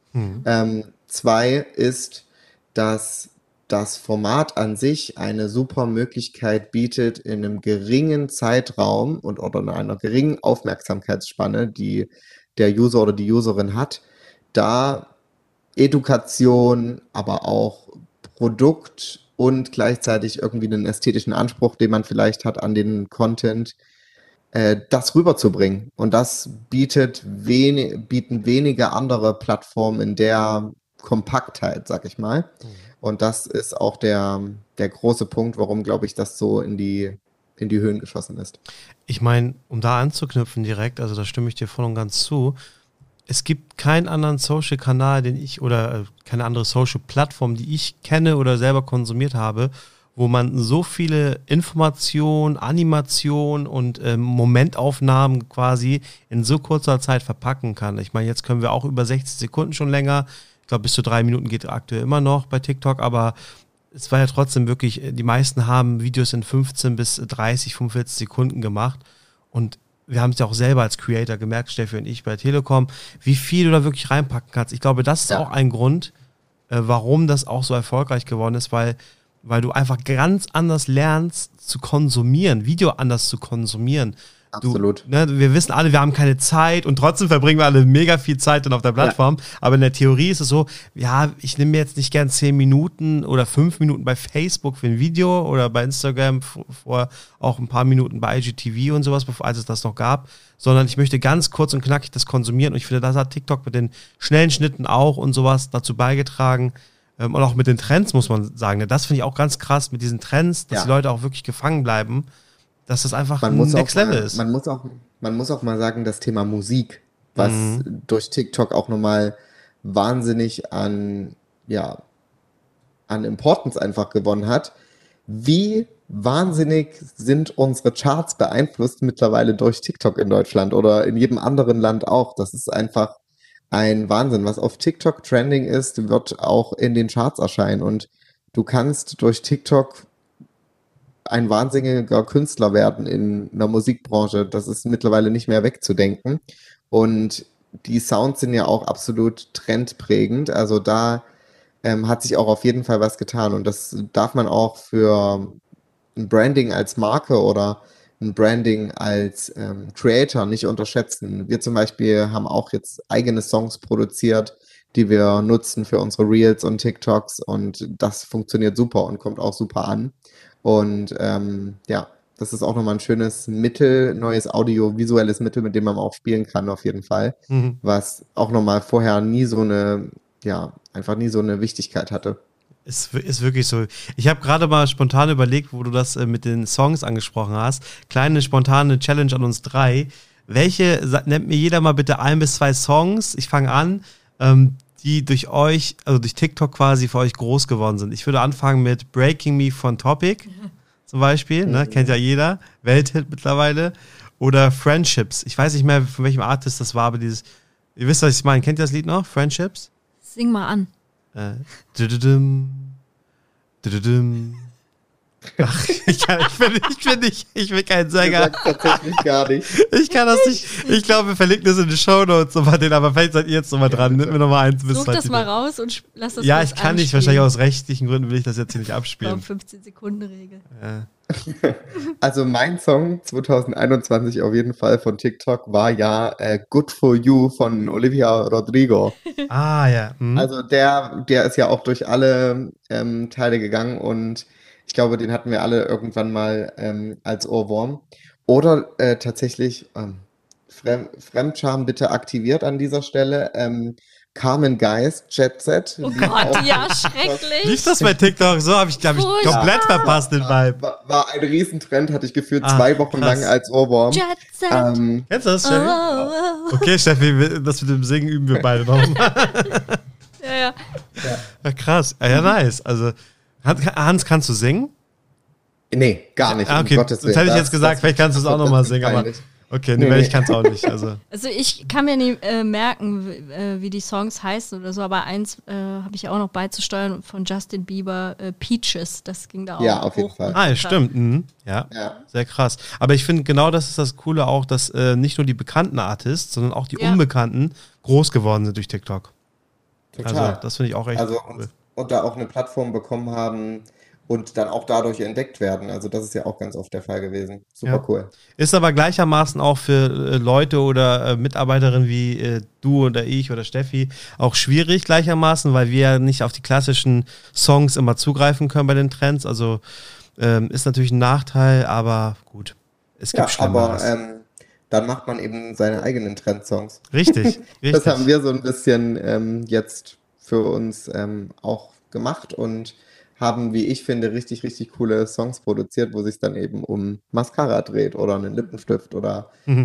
2 ist, dass das Format an sich eine super Möglichkeit bietet, in einem geringen Zeitraum oder in einer geringen Aufmerksamkeitsspanne, die der User oder die Userin hat, da Education, aber auch Produkt und gleichzeitig irgendwie einen ästhetischen Anspruch, den man vielleicht hat an den Content, das rüberzubringen. Und das bieten wenige andere Plattformen in der Kompaktheit, sag ich mal. Und das ist auch der große Punkt, warum, glaube ich, das so in die Höhen geschossen ist. Ich meine, um da anzuknüpfen direkt, also da stimme ich dir voll und ganz zu, es gibt keinen anderen Social-Kanal, oder keine andere Social-Plattform, die ich kenne oder selber konsumiert habe, wo man so viele Informationen, Animationen und Momentaufnahmen quasi in so kurzer Zeit verpacken kann. Ich meine, jetzt können wir auch über 60 Sekunden schon länger. Ich glaube, bis zu 3 Minuten geht aktuell immer noch bei TikTok, aber es war ja trotzdem wirklich, die meisten haben Videos in 15 bis 30, 45 Sekunden gemacht und wir haben es ja auch selber als Creator gemerkt, Steffi und ich bei Telekom, wie viel du da wirklich reinpacken kannst. Ich glaube, das ist auch ein Grund, warum das auch so erfolgreich geworden ist, weil du einfach ganz anders lernst zu konsumieren, Video anders zu konsumieren. Absolut. Wir wissen alle, wir haben keine Zeit und trotzdem verbringen wir alle mega viel Zeit dann auf der Plattform. Ja. Aber in der Theorie ist es so, ja, ich nehme mir jetzt nicht gern 10 Minuten oder 5 Minuten bei Facebook für ein Video oder bei Instagram vor auch ein paar Minuten bei IGTV und sowas, als es das noch gab, sondern ich möchte ganz kurz und knackig das konsumieren und ich finde, das hat TikTok mit den schnellen Schnitten auch und sowas dazu beigetragen. Und auch mit den Trends, muss man sagen. Das finde ich auch ganz krass mit diesen Trends, dass die Leute auch wirklich gefangen bleiben. Dass das einfach ein Next Level ist. Man muss auch mal sagen, das Thema Musik, was durch TikTok auch nochmal wahnsinnig an Importance einfach gewonnen hat. Wie wahnsinnig sind unsere Charts beeinflusst mittlerweile durch TikTok in Deutschland oder in jedem anderen Land auch. Das ist einfach ein Wahnsinn. Was auf TikTok trending ist, wird auch in den Charts erscheinen. Und du kannst durch TikTok ein wahnsinniger Künstler werden in einer Musikbranche. Das ist mittlerweile nicht mehr wegzudenken. Und die Sounds sind ja auch absolut trendprägend. Also da hat sich auch auf jeden Fall was getan. Und das darf man auch für ein Branding als Marke oder ein Branding als Creator nicht unterschätzen. Wir zum Beispiel haben auch jetzt eigene Songs produziert, die wir nutzen für unsere Reels und TikToks. Und das funktioniert super und kommt auch super an. Und das ist auch nochmal ein schönes Mittel, neues audiovisuelles Mittel, mit dem man auch spielen kann, auf jeden Fall. Was auch nochmal vorher nie so eine, ja, einfach nie so eine Wichtigkeit hatte. Ist wirklich so. Ich habe gerade mal spontan überlegt, wo du das mit den Songs angesprochen hast. Kleine spontane Challenge an uns 3. Nennt mir jeder mal bitte 1 bis 2 Songs. Ich fange an, die durch euch, also durch TikTok quasi für euch groß geworden sind. Ich würde anfangen mit Breaking Me von Topic zum Beispiel. Ne? Kennt ja jeder. Welthit mittlerweile. Oder Friendships. Ich weiß nicht mehr, von welchem Artist das war, aber ihr wisst, was ich meine. Kennt ihr das Lied noch? Friendships? Sing mal an. Ach, ich will keinen Sänger. Das sagt tatsächlich gar nicht. Ich kann das nicht. Ich glaube, wir verlinken das in die Shownotes, aber vielleicht seid ihr jetzt nochmal dran. Nimm mir nochmal 1 bis 2. Such das mal raus und lass das Ja, ich kann nicht. Wahrscheinlich aus rechtlichen Gründen will ich das jetzt hier nicht abspielen. 15-Sekunden-Regel. Ja. Also mein Song 2021 auf jeden Fall von TikTok war ja Good For You von Olivia Rodrigo. Ah, ja. Also der ist ja auch durch alle Teile gegangen und ich glaube, den hatten wir alle irgendwann mal als Ohrwurm. Oder tatsächlich, Fremdscham bitte aktiviert an dieser Stelle. Carmen Geist, Jet Set. Oh Gott, ja, schrecklich. Lief das bei TikTok? So habe ich komplett verpasst den Vibe. War ein Riesentrend, hatte ich gefühlt 2 Wochen lang als Ohrwurm. Jet Set. Kennst du das, Steffi? Oh. Okay, Steffi, das mit dem Singen üben wir beide nochmal. Ja. Ja, krass. Ja, nice. Also, Hans, kannst du singen? Nee, gar nicht. Okay, um Gottes Willen. das hätte ich jetzt gesagt, vielleicht kannst du es auch nochmal singen, aber okay, nee, ich kann es auch nicht. Also ich kann mir nicht merken, wie die Songs heißen oder so, aber eins habe ich auch noch beizusteuern von Justin Bieber, Peaches, das ging da auch Ja, auf jeden hoch. Fall. ja, stimmt. Ja, sehr krass. Aber ich finde, genau das ist das Coole auch, dass nicht nur die bekannten Artists, sondern auch die Unbekannten groß geworden sind durch TikTok. Total. Also das finde ich auch echt cool. Und da auch eine Plattform bekommen haben und dann auch dadurch entdeckt werden. Also das ist ja auch ganz oft der Fall gewesen. Super cool. Ist aber gleichermaßen auch für Leute oder Mitarbeiterinnen wie du oder ich oder Steffi auch schwierig gleichermaßen, weil wir ja nicht auf die klassischen Songs immer zugreifen können bei den Trends. Also ist natürlich ein Nachteil, aber gut. Es gibt Schlimmeres. Aber dann macht man eben seine eigenen Trendsongs. Richtig. Das haben wir so ein bisschen jetzt für uns auch gemacht und haben, wie ich finde, richtig, richtig coole Songs produziert, wo es sich dann eben um Mascara dreht oder einen Lippenstift oder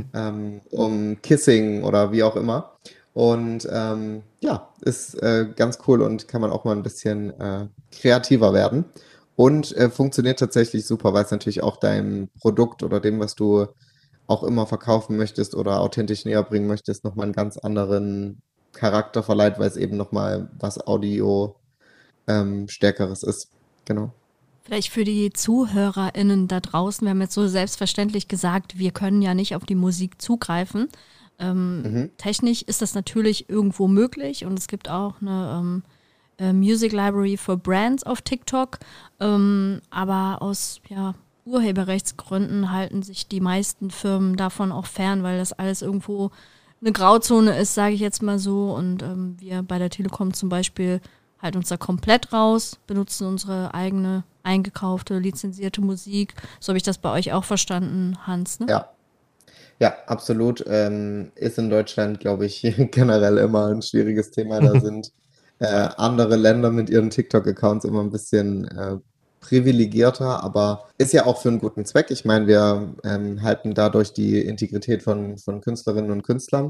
um Kissing oder wie auch immer. Und ist ganz cool und kann man auch mal ein bisschen kreativer werden. Und funktioniert tatsächlich super, weil es natürlich auch deinem Produkt oder dem, was du auch immer verkaufen möchtest oder authentisch näher bringen möchtest, nochmal einen ganz anderen Charakter verleiht, weil es eben nochmal was Audio Stärkeres ist. Genau. Vielleicht für die ZuhörerInnen da draußen, wir haben jetzt so selbstverständlich gesagt, wir können ja nicht auf die Musik zugreifen. Technisch ist das natürlich irgendwo möglich und es gibt auch eine Music Library for Brands auf TikTok, aber aus Urheberrechtsgründen halten sich die meisten Firmen davon auch fern, weil das alles irgendwo eine Grauzone ist, sage ich jetzt mal so. Und wir bei der Telekom zum Beispiel halten uns da komplett raus, benutzen unsere eigene eingekaufte, lizenzierte Musik. So habe ich das bei euch auch verstanden, Hans, ne? Ja, absolut. Ist in Deutschland, glaube ich, generell immer ein schwieriges Thema. Da sind andere Länder mit ihren TikTok-Accounts immer ein bisschen privilegierter, aber ist ja auch für einen guten Zweck. Ich meine, wir halten dadurch die Integrität von Künstlerinnen und Künstlern,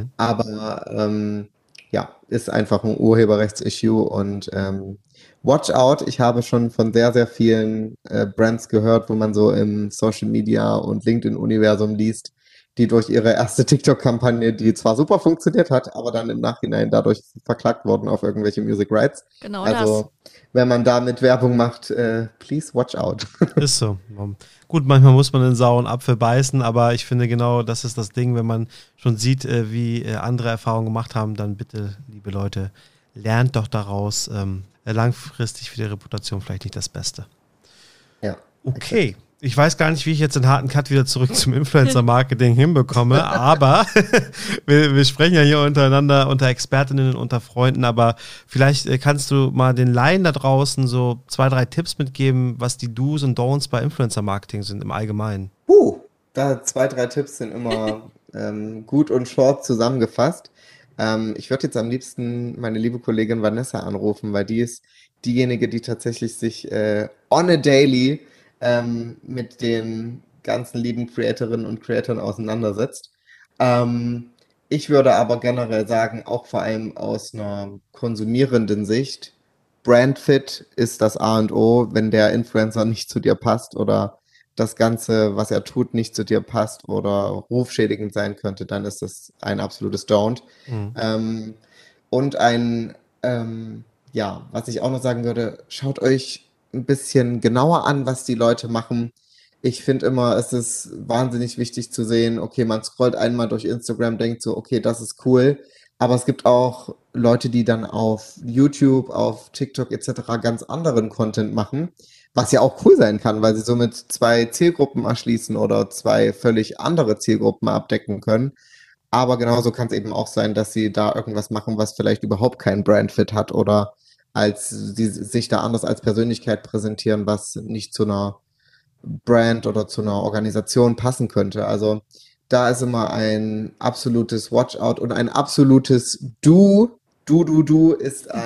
aber ist einfach ein Urheberrechts-Issue und watch out, ich habe schon von sehr, sehr vielen Brands gehört, wo man so im Social Media und LinkedIn-Universum liest, die durch ihre erste TikTok-Kampagne, die zwar super funktioniert hat, aber dann im Nachhinein dadurch verklagt wurden auf irgendwelche Music Rights. Genau also, wenn man damit Werbung macht, please watch out. Ist so. Gut, manchmal muss man einen sauren Apfel beißen, aber ich finde genau, das ist das Ding, wenn man schon sieht, wie andere Erfahrungen gemacht haben, dann bitte, liebe Leute, lernt doch daraus. Langfristig für die Reputation vielleicht nicht das Beste. Ja. Okay. Ich weiß gar nicht, wie ich jetzt den harten Cut wieder zurück zum Influencer-Marketing hinbekomme, aber wir sprechen ja hier untereinander, unter Expertinnen, unter Freunden, aber vielleicht kannst du mal den Laien da draußen so 2, 3 Tipps mitgeben, was die Do's und Don'ts bei Influencer-Marketing sind im Allgemeinen. Da 2, 3 Tipps sind immer gut und short zusammengefasst. Ich würde jetzt am liebsten meine liebe Kollegin Vanessa anrufen, weil die ist diejenige, die tatsächlich sich on a daily mit den ganzen lieben Creatorinnen und Creatoren auseinandersetzt. Ähm, Ich würde aber generell sagen, auch vor allem aus einer konsumierenden Sicht, Brandfit ist das A und O, wenn der Influencer nicht zu dir passt oder das Ganze, was er tut, nicht zu dir passt oder rufschädigend sein könnte, dann ist das ein absolutes Don't. Mhm. Ähm, und ja, was ich auch noch sagen würde, schaut euch ein bisschen genauer an, was die Leute machen. Ich finde immer, es ist wahnsinnig wichtig zu sehen, okay, man scrollt einmal durch Instagram, denkt so, okay, das ist cool. Aber es gibt auch Leute, die dann auf YouTube, auf TikTok etc. ganz anderen Content machen, was ja auch cool sein kann, weil sie somit 2 Zielgruppen erschließen oder 2 völlig andere Zielgruppen abdecken können. Aber genauso kann es eben auch sein, dass sie da irgendwas machen, was vielleicht überhaupt keinen Brandfit hat oder als sie sich da anders als Persönlichkeit präsentieren, was nicht zu einer Brand oder zu einer Organisation passen könnte. Also da ist immer ein absolutes Watchout und ein absolutes Du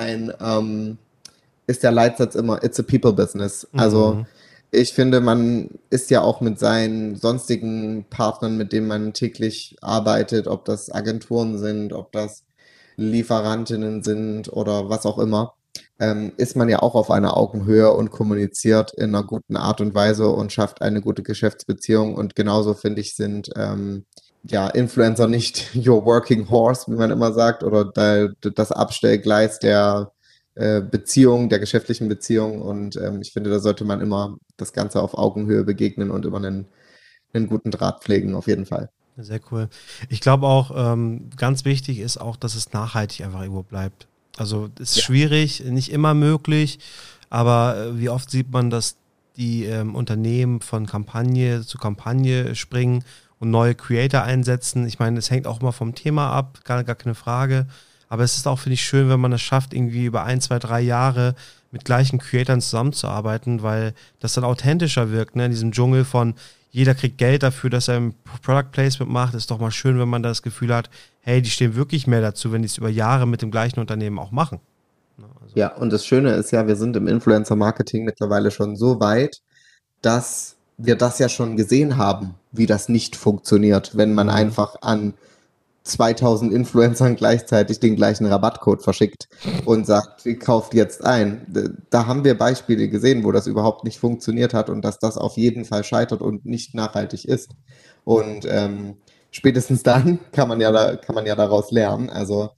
ist der Leitsatz immer, it's a people business. Also Mhm. ich finde, man ist ja auch mit seinen sonstigen Partnern, mit denen man täglich arbeitet, ob das Agenturen sind, ob das Lieferantinnen sind oder was auch immer, ist man ja auch auf einer Augenhöhe und kommuniziert in einer guten Art und Weise und schafft eine gute Geschäftsbeziehung. Und genauso finde ich, sind ja Influencer nicht your working horse, wie man immer sagt, oder das Abstellgleis der Beziehung, der geschäftlichen Beziehung. Und ich finde, da sollte man immer das Ganze auf Augenhöhe begegnen und immer einen guten Draht pflegen, auf jeden Fall. Sehr cool. Ich glaube auch, ganz wichtig ist auch, dass es nachhaltig einfach irgendwo bleibt. Also es ist Ja. schwierig, nicht immer möglich, aber wie oft sieht man, dass die Unternehmen von Kampagne zu Kampagne springen und neue Creator einsetzen. Ich meine, es hängt auch immer vom Thema ab, gar keine Frage. Aber es ist auch, finde ich, schön, wenn man es schafft, irgendwie über 1, 2, 3 Jahre mit gleichen Creatoren zusammenzuarbeiten, weil das dann authentischer wirkt, ne? In diesem Dschungel von jeder kriegt Geld dafür, dass er ein Product Placement macht. Ist doch mal schön, wenn man das Gefühl hat, hey, die stehen wirklich mehr dazu, wenn die es über Jahre mit dem gleichen Unternehmen auch machen. Ne? Also, Ja, und das Schöne ist ja, wir sind im Influencer-Marketing mittlerweile schon so weit, dass wir das ja schon gesehen haben, wie das nicht funktioniert, wenn man einfach an 2000 Influencern gleichzeitig den gleichen Rabattcode verschickt und sagt, kauft jetzt ein. Da haben wir Beispiele gesehen, wo das überhaupt nicht funktioniert hat und dass das auf jeden Fall scheitert und nicht nachhaltig ist. Und spätestens dann kann man ja daraus lernen. Also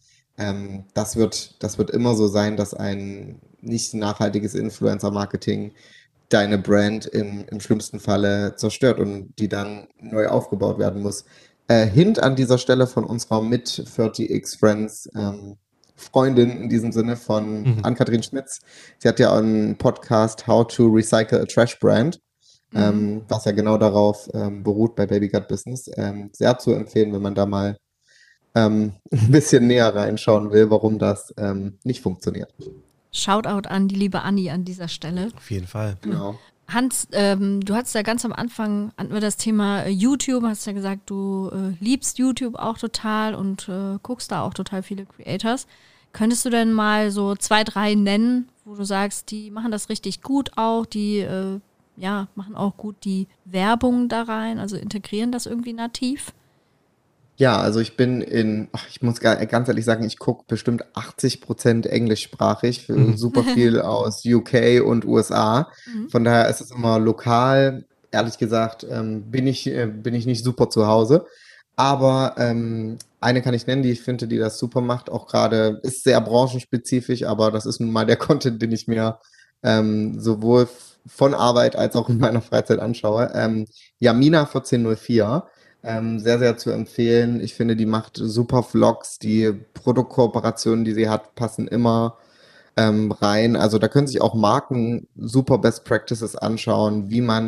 das wird immer so sein, dass ein nicht nachhaltiges Influencer-Marketing deine Brand im schlimmsten Falle zerstört und die dann neu aufgebaut werden muss. Hint an dieser Stelle von unserer mit 30x Friends Freundin in diesem Sinne von mhm. Ann-Kathrin Schmitz. Sie hat ja einen Podcast How to Recycle a Trash Brand, was ja genau darauf beruht bei Baby Gut Business. Sehr zu empfehlen, wenn man da mal ein bisschen näher reinschauen will, warum das nicht funktioniert. Shoutout an die liebe Anni an dieser Stelle. Auf jeden Fall. Genau. Hans, du hattest ja ganz am Anfang hatten wir das Thema YouTube, hast ja gesagt, du liebst YouTube auch total und guckst da auch total viele Creators. Könntest du denn mal so 2, 3 nennen, wo du sagst, die machen das richtig gut auch, die ja, machen auch gut die Werbung da rein, also integrieren das irgendwie nativ? Ja, also ich muss ganz ehrlich sagen, ich gucke bestimmt 80% englischsprachig, super viel aus UK und USA. Mhm. Von daher ist es immer lokal. Ehrlich gesagt, bin ich nicht super zu Hause. Aber eine kann ich nennen, die ich finde, die das super macht. Auch gerade ist sehr branchenspezifisch, aber das ist nun mal der Content, den ich mir sowohl von Arbeit als auch in meiner Freizeit anschaue. Yamina 1404. Sehr, sehr zu empfehlen. Ich finde, die macht super Vlogs. Die Produktkooperationen, die sie hat, passen immer rein. Also da können sich auch Marken super Best Practices anschauen, wie man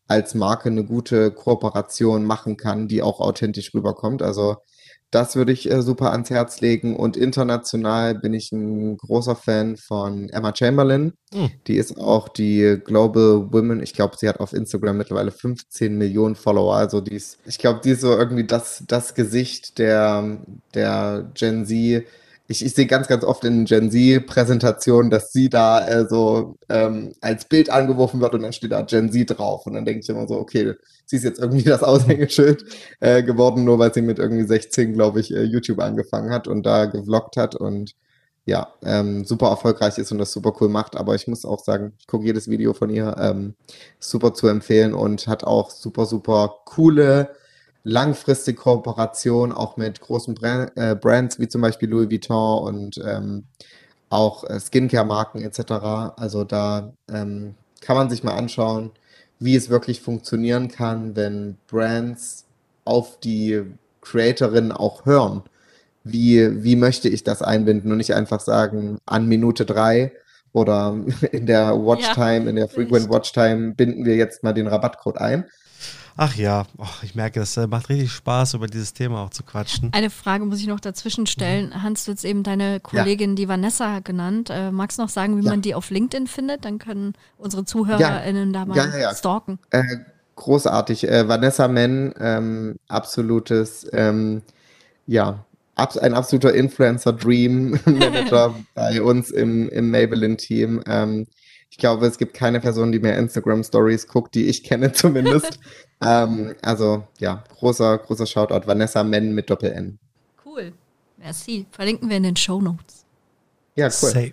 als Marke eine gute Kooperation machen kann, die auch authentisch rüberkommt. Also das würde ich super ans Herz legen. Und international bin ich ein großer Fan von Emma Chamberlain. Hm. Die ist auch die Global Women. Ich glaube, sie hat auf Instagram mittlerweile 15 Millionen Follower. Also ich glaube, die ist so irgendwie das Gesicht der Gen Z. Ich sehe ganz, ganz oft in Gen Z-Präsentationen, dass sie da als Bild angeworfen wird und dann steht da Gen Z drauf. Und dann denke ich immer so, okay, sie ist jetzt irgendwie das Aushängeschild geworden, nur weil sie mit irgendwie 16, glaube ich, YouTube angefangen hat und da gevloggt hat und ja, super erfolgreich ist und das super cool macht. Aber ich muss auch sagen, ich gucke jedes Video von ihr, super zu empfehlen und hat auch super, super coole langfristige Kooperation auch mit großen Brands wie zum Beispiel Louis Vuitton und auch Skincare-Marken etc. Also da kann man sich mal anschauen, wie es wirklich funktionieren kann, wenn Brands auf die Creatorin auch hören. Wie möchte ich das einbinden und nicht einfach sagen, an Minute 3 oder in der Watchtime, in der Frequent Watchtime binden wir jetzt mal den Rabattcode ein. Ach ja, ich merke, das macht richtig Spaß, über dieses Thema auch zu quatschen. Eine Frage muss ich noch dazwischen stellen. Hans, du hast eben deine Kollegin, die Vanessa, genannt. Magst du noch sagen, wie man die auf LinkedIn findet? Dann können unsere ZuhörerInnen da mal stalken. Großartig. Vanessa Mann, absolutes, ein absoluter Influencer-Dream-Manager bei uns im Maybelline-Team. Ich glaube, es gibt keine Person, die mehr Instagram-Stories guckt, die ich kenne zumindest. Großer Shoutout. Vanessa Mann mit Doppel-N. Cool. Merci. Verlinken wir in den Shownotes. Ja, cool. Safe.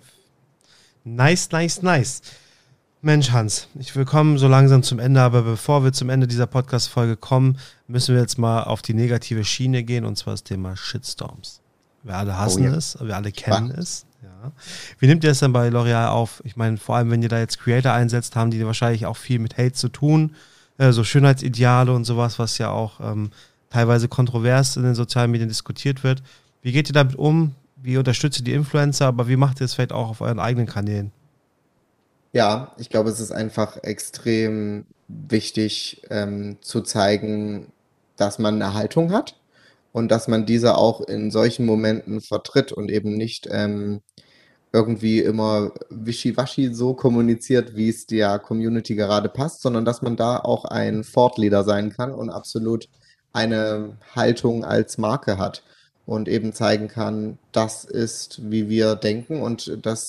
Nice. Mensch, Hans, ich will kommen so langsam zum Ende, aber bevor wir zum Ende dieser Podcast-Folge kommen, müssen wir jetzt mal auf die negative Schiene gehen, und zwar das Thema Shitstorms. Wir alle hassen es, wir alle kennen es. Ja. Wie nimmt ihr es denn bei L'Oreal auf? Ich meine, vor allem, wenn ihr da jetzt Creator einsetzt, haben die wahrscheinlich auch viel mit Hate zu tun, so Schönheitsideale und sowas, was ja auch teilweise kontrovers in den sozialen Medien diskutiert wird. Wie geht ihr damit um? Wie unterstützt ihr die Influencer, aber wie macht ihr es vielleicht auch auf euren eigenen Kanälen? Ja, ich glaube, es ist einfach extrem wichtig zu zeigen, dass man eine Haltung hat und dass man diese auch in solchen Momenten vertritt und eben nicht irgendwie immer wischiwaschi so kommuniziert, wie es der Community gerade passt, sondern dass man da auch ein Thought Leader sein kann und absolut eine Haltung als Marke hat und eben zeigen kann, das ist, wie wir denken und das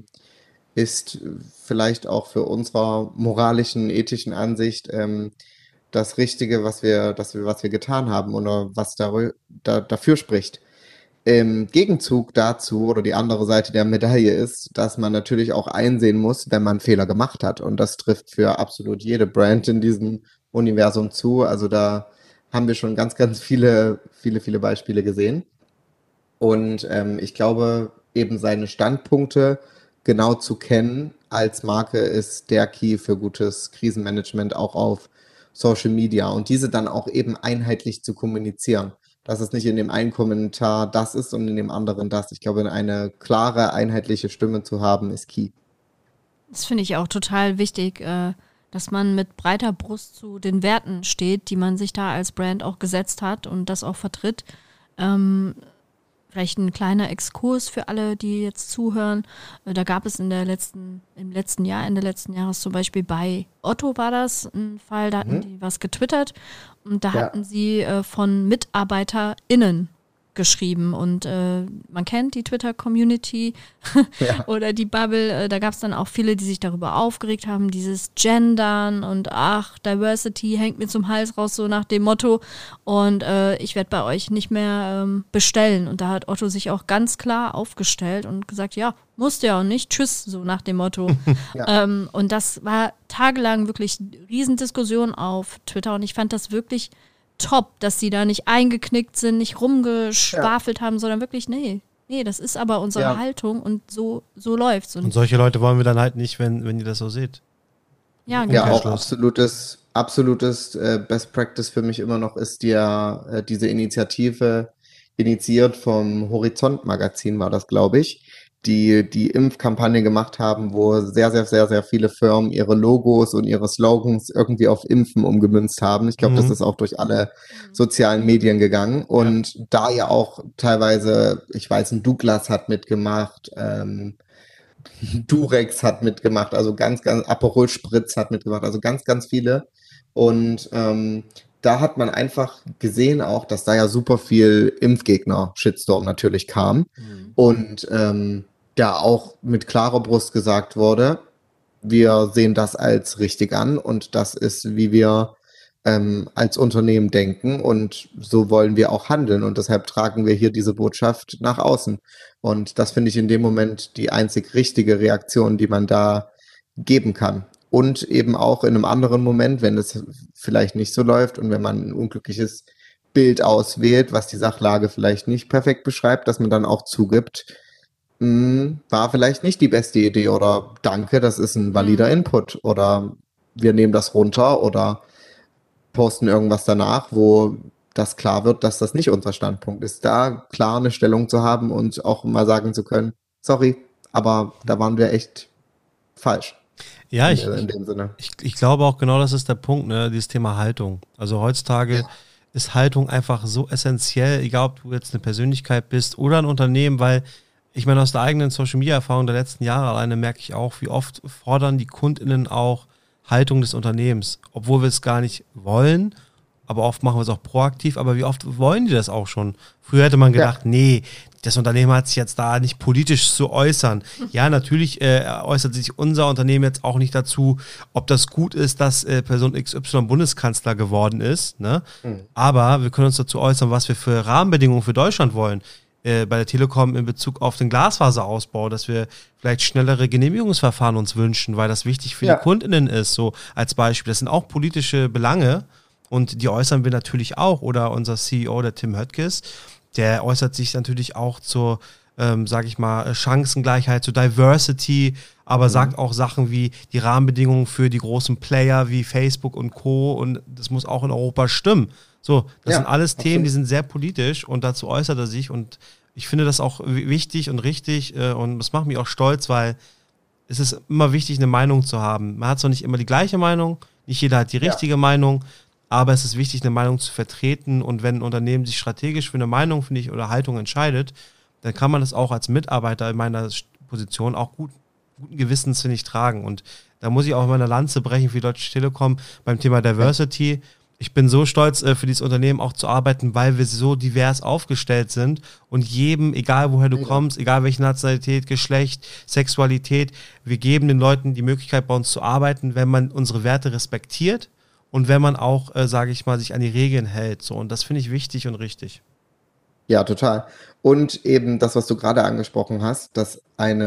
ist vielleicht auch für unserer moralischen, ethischen Ansicht das Richtige, was wir getan haben oder was dafür spricht. Im Gegenzug dazu oder die andere Seite der Medaille ist, dass man natürlich auch einsehen muss, wenn man Fehler gemacht hat. Und das trifft für absolut jede Brand in diesem Universum zu. Also da haben wir schon ganz, ganz viele Beispiele gesehen. Und ich glaube, eben seine Standpunkte genau zu kennen als Marke ist der Key für gutes Krisenmanagement auch auf Social Media und diese dann auch eben einheitlich zu kommunizieren. Dass es nicht in dem einen Kommentar das ist und in dem anderen das. Ich glaube, eine klare, einheitliche Stimme zu haben, ist key. Das finde ich auch total wichtig, dass man mit breiter Brust zu den Werten steht, die man sich da als Brand auch gesetzt hat und das auch vertritt. Vielleicht ein kleiner Exkurs für alle, die jetzt zuhören. Da gab es Ende letzten Jahres zum Beispiel bei Otto war das ein Fall, da hatten die was getwittert und da hatten sie von MitarbeiterInnen geschrieben und man kennt die Twitter-Community oder die Bubble, da gab es dann auch viele, die sich darüber aufgeregt haben, dieses Gendern und Diversity hängt mir zum Hals raus, so nach dem Motto und ich werde bei euch nicht mehr bestellen und da hat Otto sich auch ganz klar aufgestellt und gesagt, ja, musst ja auch nicht, tschüss, so nach dem Motto. Und das war tagelang wirklich Riesendiskussion auf Twitter und ich fand das wirklich top, dass sie da nicht eingeknickt sind, nicht rumgeschwafelt haben, sondern wirklich, nee, das ist aber unsere Haltung und so läuft's. Und solche Leute wollen wir dann halt nicht, wenn ihr das so seht. Ja, genau. Ja, auch absolutes Best Practice für mich immer noch ist diese Initiative, initiiert vom Horizont Magazin war das, glaube ich, die Impfkampagne gemacht haben, wo sehr, sehr, sehr, sehr viele Firmen ihre Logos und ihre Slogans irgendwie auf Impfen umgemünzt haben. Ich glaube, das ist auch durch alle sozialen Medien gegangen. Und da ja auch teilweise, ich weiß, ein Douglas hat mitgemacht, Durex hat mitgemacht, also ganz, ganz, Aperol Spritz hat mitgemacht, also ganz, ganz viele. Und da hat man einfach gesehen auch, dass da ja super viel Impfgegner-Shitstorm natürlich kam. Und ja auch mit klarer Brust gesagt wurde, wir sehen das als richtig an und das ist, wie wir als Unternehmen denken und so wollen wir auch handeln und deshalb tragen wir hier diese Botschaft nach außen. Und das finde ich in dem Moment die einzig richtige Reaktion, die man da geben kann. Und eben auch in einem anderen Moment, wenn es vielleicht nicht so läuft und wenn man ein unglückliches Bild auswählt, was die Sachlage vielleicht nicht perfekt beschreibt, dass man dann auch zugibt, war vielleicht nicht die beste Idee oder danke, das ist ein valider Input oder wir nehmen das runter oder posten irgendwas danach, wo das klar wird, dass das nicht unser Standpunkt ist. Da klar eine Stellung zu haben und auch mal sagen zu können, sorry, aber da waren wir echt falsch. Ja, in dem Sinne. Ich glaube auch genau, das ist der Punkt, ne, dieses Thema Haltung. Also heutzutage ist Haltung einfach so essentiell, egal ob du jetzt eine Persönlichkeit bist oder ein Unternehmen, weil ich meine, aus der eigenen Social-Media-Erfahrung der letzten Jahre alleine merke ich auch, wie oft fordern die KundInnen auch Haltung des Unternehmens, obwohl wir es gar nicht wollen, aber oft machen wir es auch proaktiv, aber wie oft wollen die das auch schon? Früher hätte man gedacht, nee, das Unternehmen hat sich jetzt da nicht politisch zu äußern. Ja, natürlich äußert sich unser Unternehmen jetzt auch nicht dazu, ob das gut ist, dass Person XY Bundeskanzler geworden ist, ne? Aber wir können uns dazu äußern, was wir für Rahmenbedingungen für Deutschland wollen. Bei der Telekom in Bezug auf den Glasfaserausbau, dass wir vielleicht schnellere Genehmigungsverfahren uns wünschen, weil das wichtig für die KundInnen ist, so als Beispiel. Das sind auch politische Belange und die äußern wir natürlich auch. Oder unser CEO, der Tim Höttges, der äußert sich natürlich auch zur, sage ich mal, Chancengleichheit, zur Diversity, aber sagt auch Sachen wie die Rahmenbedingungen für die großen Player wie Facebook und Co. Und das muss auch in Europa stimmen. So, das sind alles Themen, die sind sehr politisch und dazu äußert er sich und ich finde das auch wichtig und richtig und das macht mich auch stolz, weil es ist immer wichtig, eine Meinung zu haben. Man hat zwar nicht immer die gleiche Meinung, nicht jeder hat die richtige Meinung, aber es ist wichtig, eine Meinung zu vertreten und wenn ein Unternehmen sich strategisch für eine Meinung, finde ich, oder Haltung entscheidet, dann kann man das auch als Mitarbeiter in meiner Position auch guten Gewissens, finde ich, tragen und da muss ich auch meine Lanze brechen für die Deutsche Telekom beim Thema Diversity. Ich bin so stolz, für dieses Unternehmen auch zu arbeiten, weil wir so divers aufgestellt sind und jedem, egal woher du kommst, egal welche Nationalität, Geschlecht, Sexualität, wir geben den Leuten die Möglichkeit, bei uns zu arbeiten, wenn man unsere Werte respektiert und wenn man auch, sage ich mal, sich an die Regeln hält. So, und das finde ich wichtig und richtig. Ja, total. Und eben das, was du gerade angesprochen hast, dass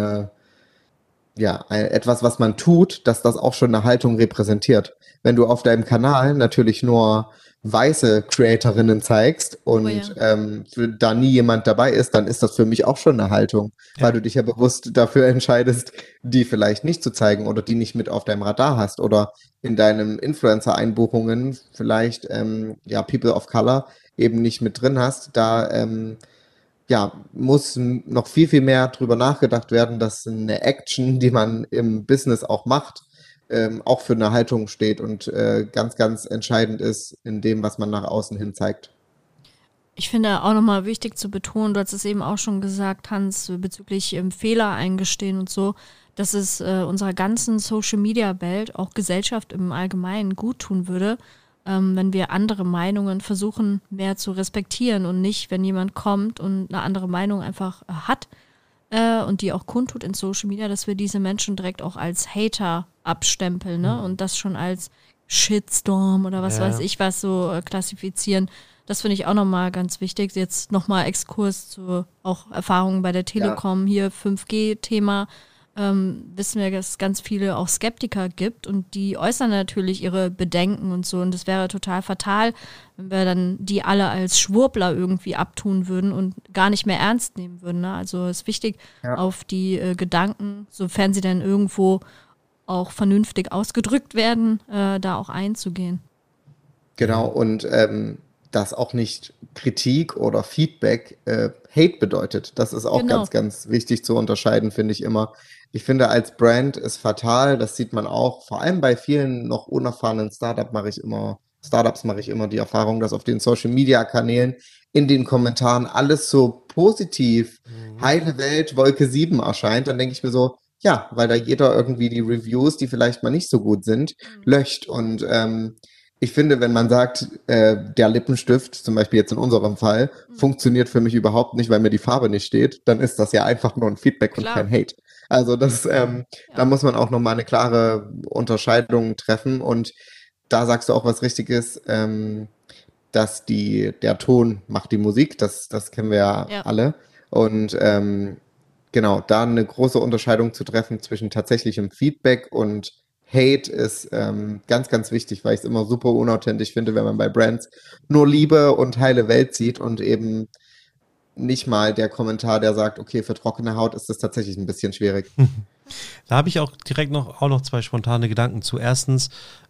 etwas, was man tut, dass das auch schon eine Haltung repräsentiert. Wenn du auf deinem Kanal natürlich nur weiße Creatorinnen zeigst und da nie jemand dabei ist, dann ist das für mich auch schon eine Haltung, weil du dich ja bewusst dafür entscheidest, die vielleicht nicht zu zeigen oder die nicht mit auf deinem Radar hast oder in deinen Influencer-Einbuchungen vielleicht People of Color eben nicht mit drin hast, da muss noch viel, viel mehr drüber nachgedacht werden, dass eine Action, die man im Business auch macht, auch für eine Haltung steht und ganz, ganz entscheidend ist in dem, was man nach außen hin zeigt. Ich finde auch nochmal wichtig zu betonen, du hast es eben auch schon gesagt, Hans, bezüglich Fehler eingestehen und so, dass es unserer ganzen Social-Media-Welt, auch Gesellschaft im Allgemeinen gut tun würde, wenn wir andere Meinungen versuchen mehr zu respektieren und nicht, wenn jemand kommt und eine andere Meinung einfach hat und die auch kundtut in Social Media, dass wir diese Menschen direkt auch als Hater abstempeln, ne? Und das schon als Shitstorm oder was weiß ich was so klassifizieren. Das finde ich auch nochmal ganz wichtig. Jetzt nochmal Exkurs zu auch Erfahrungen bei der Telekom, hier 5G-Thema. Wissen wir, dass es ganz viele auch Skeptiker gibt und die äußern natürlich ihre Bedenken und so und das wäre total fatal, wenn wir dann die alle als Schwurbler irgendwie abtun würden und gar nicht mehr ernst nehmen würden. Ne? Also es ist wichtig, auf die Gedanken, sofern sie dann irgendwo auch vernünftig ausgedrückt werden, da auch einzugehen. Genau, und dass auch nicht Kritik oder Feedback Hate bedeutet. Das ist auch ganz, ganz wichtig zu unterscheiden, finde ich immer. Ich finde, als Brand ist fatal, das sieht man auch, vor allem bei vielen noch unerfahrenen Startups mache ich immer die Erfahrung, dass auf den Social-Media-Kanälen in den Kommentaren alles so positiv, heile Welt, Wolke 7 erscheint. Dann denke ich mir so, ja, weil da jeder irgendwie die Reviews, die vielleicht mal nicht so gut sind, löscht. Und ich finde, wenn man sagt, der Lippenstift, zum Beispiel jetzt in unserem Fall, funktioniert für mich überhaupt nicht, weil mir die Farbe nicht steht, dann ist das ja einfach nur ein Feedback und kein Hate. Also das, da muss man auch nochmal eine klare Unterscheidung treffen. Und da sagst du auch was Richtiges, dass der Ton macht die Musik, das kennen wir ja alle. Und genau, da eine große Unterscheidung zu treffen zwischen tatsächlichem Feedback und Hate ist ganz, ganz wichtig, weil ich es immer super unauthentisch finde, wenn man bei Brands nur Liebe und heile Welt sieht und eben nicht mal der Kommentar, der sagt, okay, für trockene Haut ist das tatsächlich ein bisschen schwierig. Da habe ich auch direkt noch zwei spontane Gedanken zu. Erstens,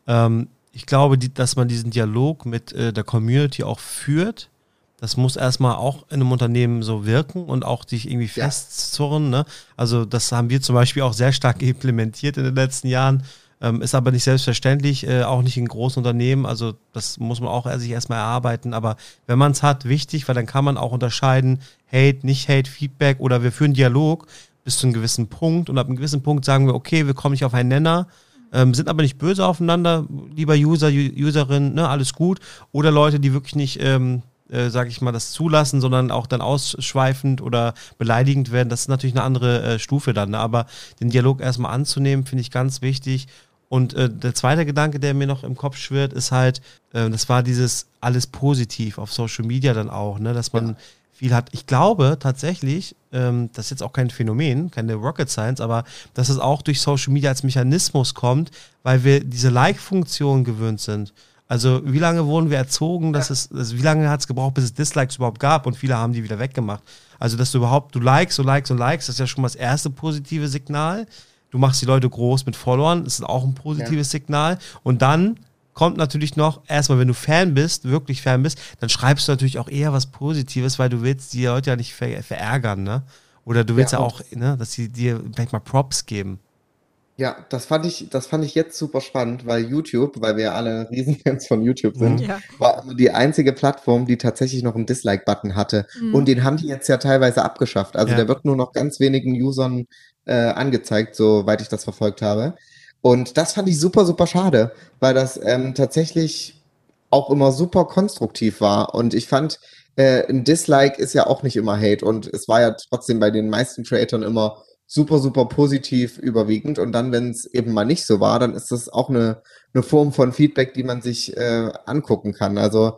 ich glaube, dass man diesen Dialog mit der Community auch führt. Das muss erstmal auch in einem Unternehmen so wirken und auch sich irgendwie festzurren. Ne? Also das haben wir zum Beispiel auch sehr stark implementiert in den letzten Jahren. Ist aber nicht selbstverständlich, auch nicht in großen Unternehmen. Also das muss man auch sich erstmal erarbeiten. Aber wenn man es hat, wichtig, weil dann kann man auch unterscheiden, Hate, nicht Hate, Feedback oder wir führen Dialog bis zu einem gewissen Punkt. Und ab einem gewissen Punkt sagen wir, okay, wir kommen nicht auf einen Nenner, sind aber nicht böse aufeinander, lieber User, Userin, ne, alles gut. Oder Leute, die wirklich nicht, sage ich mal, das zulassen, sondern auch dann ausschweifend oder beleidigend werden. Das ist natürlich eine andere Stufe dann. Ne? Aber den Dialog erstmal anzunehmen, finde ich ganz wichtig. Und der zweite Gedanke, der mir noch im Kopf schwirrt, ist halt, das war dieses alles positiv auf Social Media dann auch, ne, dass man viel hat. Ich glaube tatsächlich, das ist jetzt auch kein Phänomen, keine Rocket Science, aber dass es auch durch Social Media als Mechanismus kommt, weil wir diese Like-Funktion gewöhnt sind. Also wie lange wurden wir erzogen, wie lange hat es gebraucht, bis es Dislikes überhaupt gab und viele haben die wieder weggemacht. Also dass du likes und likes und likes, das ist ja schon mal das erste positive Signal. Du machst die Leute groß mit Followern, das ist auch ein positives Signal. Und dann kommt natürlich noch, erstmal, wenn du wirklich Fan bist, dann schreibst du natürlich auch eher was Positives, weil du willst die Leute ja nicht verärgern, ne? Oder du willst ja auch, ne, dass sie dir vielleicht mal Props geben. Ja, das fand ich jetzt super spannend, weil YouTube, weil wir ja alle Riesenfans von YouTube sind, war immer die einzige Plattform, die tatsächlich noch einen Dislike-Button hatte. Und den haben die jetzt ja teilweise abgeschafft. Also der wird nur noch ganz wenigen Usern angezeigt, soweit ich das verfolgt habe. Und das fand ich super, super schade, weil das tatsächlich auch immer super konstruktiv war. Und ich fand, ein Dislike ist ja auch nicht immer Hate. Und es war ja trotzdem bei den meisten Creatoren immer super, super positiv überwiegend. Und dann, wenn es eben mal nicht so war, dann ist das auch eine Form von Feedback, die man sich angucken kann. Also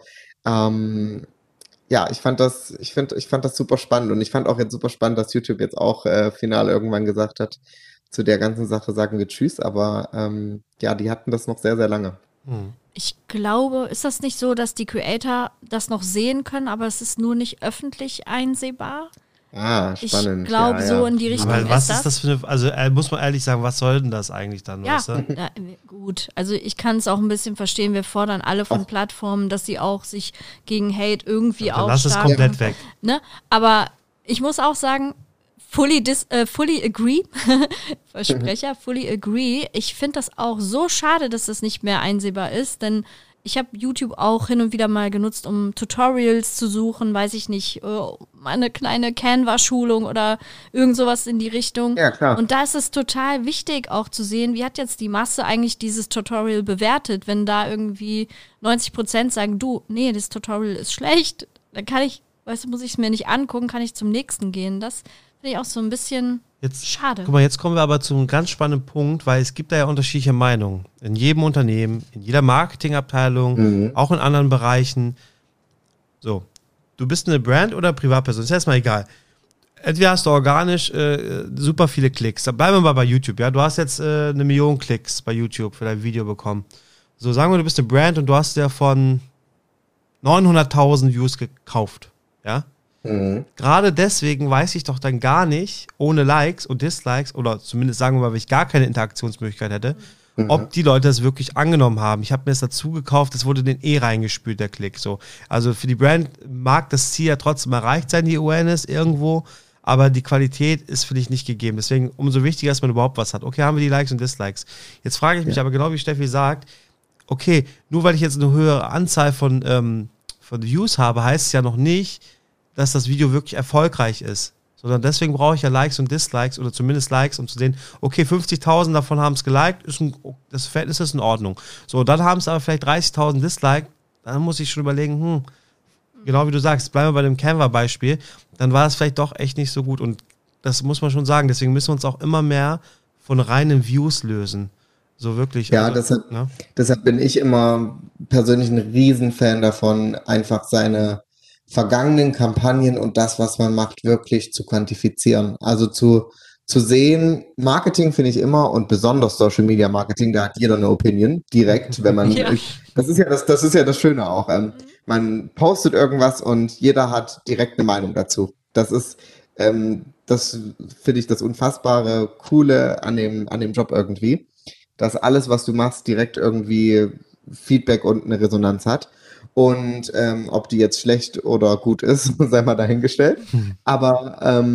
ja, ich fand das super spannend. Und ich fand auch jetzt super spannend, dass YouTube jetzt auch final irgendwann gesagt hat, zu der ganzen Sache sagen wir Tschüss. Aber ja, die hatten das noch sehr, sehr lange. Ich glaube, ist das nicht so, dass die Creator das noch sehen können, aber es ist nur nicht öffentlich einsehbar? Ah, spannend. Ich glaube, so in die Richtung aber was ist das für eine, also muss man ehrlich sagen, was soll denn das eigentlich dann? Ja, weißt du? ja, gut. Also ich kann es auch ein bisschen verstehen. Wir fordern alle von Plattformen, dass sie auch sich gegen Hate irgendwie dann lass es komplett weg. Ne? Aber ich muss auch sagen, fully agree. Versprecher, fully agree. Ich finde das auch so schade, dass das nicht mehr einsehbar ist, denn ich habe YouTube auch hin und wieder mal genutzt, um Tutorials zu suchen, weiß ich nicht, eine kleine Canva-Schulung oder irgend sowas in die Richtung. Ja, klar. Und da ist es total wichtig auch zu sehen, wie hat jetzt die Masse eigentlich dieses Tutorial bewertet, wenn da irgendwie 90% sagen, du, nee, das Tutorial ist schlecht, dann kann ich, muss ich es mir nicht angucken, kann ich zum nächsten gehen. Das finde ich auch so ein bisschen schade. Guck mal, jetzt kommen wir aber zu einem ganz spannenden Punkt, weil es gibt da ja unterschiedliche Meinungen. In jedem Unternehmen, in jeder Marketingabteilung, auch in anderen Bereichen. So, du bist eine Brand oder Privatperson, ist erstmal egal. Entweder hast du organisch super viele Klicks. Dann bleiben wir mal bei YouTube, ja. Du hast jetzt 1 Million Klicks bei YouTube für dein Video bekommen. So, sagen wir, du bist eine Brand und du hast ja von 900.000 Views gekauft, ja. Gerade deswegen weiß ich doch dann gar nicht, ohne Likes und Dislikes, oder zumindest sagen wir mal, wenn ich gar keine Interaktionsmöglichkeit hätte, ob die Leute es wirklich angenommen haben. Ich habe mir das dazu gekauft, es wurde den reingespült, der Klick. So. Also für die Brand mag das Ziel ja trotzdem erreicht sein, die Awareness irgendwo, aber die Qualität ist, finde ich, nicht gegeben. Deswegen umso wichtiger, dass man überhaupt was hat. Okay, haben wir die Likes und Dislikes. Jetzt frage ich mich aber genau, wie Steffi sagt, okay, nur weil ich jetzt eine höhere Anzahl von Views habe, heißt es ja noch nicht, dass das Video wirklich erfolgreich ist. Sondern deswegen brauche ich ja Likes und Dislikes oder zumindest Likes, um zu sehen, okay, 50.000 davon haben es geliked, das Verhältnis ist in Ordnung. So, dann haben es aber vielleicht 30.000 Disliked, dann muss ich schon überlegen, genau wie du sagst, bleiben wir bei dem Canva-Beispiel, dann war das vielleicht doch echt nicht so gut und das muss man schon sagen, deswegen müssen wir uns auch immer mehr von reinen Views lösen. So wirklich. Ja, also, deshalb bin ich immer persönlich ein Riesenfan davon, einfach seine vergangenen Kampagnen und das, was man macht, wirklich zu quantifizieren. Also zu sehen, Marketing finde ich immer und besonders Social Media Marketing, da hat jeder eine Opinion, direkt, wenn man, das ist ja das Schöne auch. Man postet irgendwas und jeder hat direkt eine Meinung dazu. Das ist, das finde ich das unfassbare Coole an dem Job irgendwie, dass alles, was du machst, direkt irgendwie Feedback und eine Resonanz hat. Und ob die jetzt schlecht oder gut ist, sei mal dahingestellt. Aber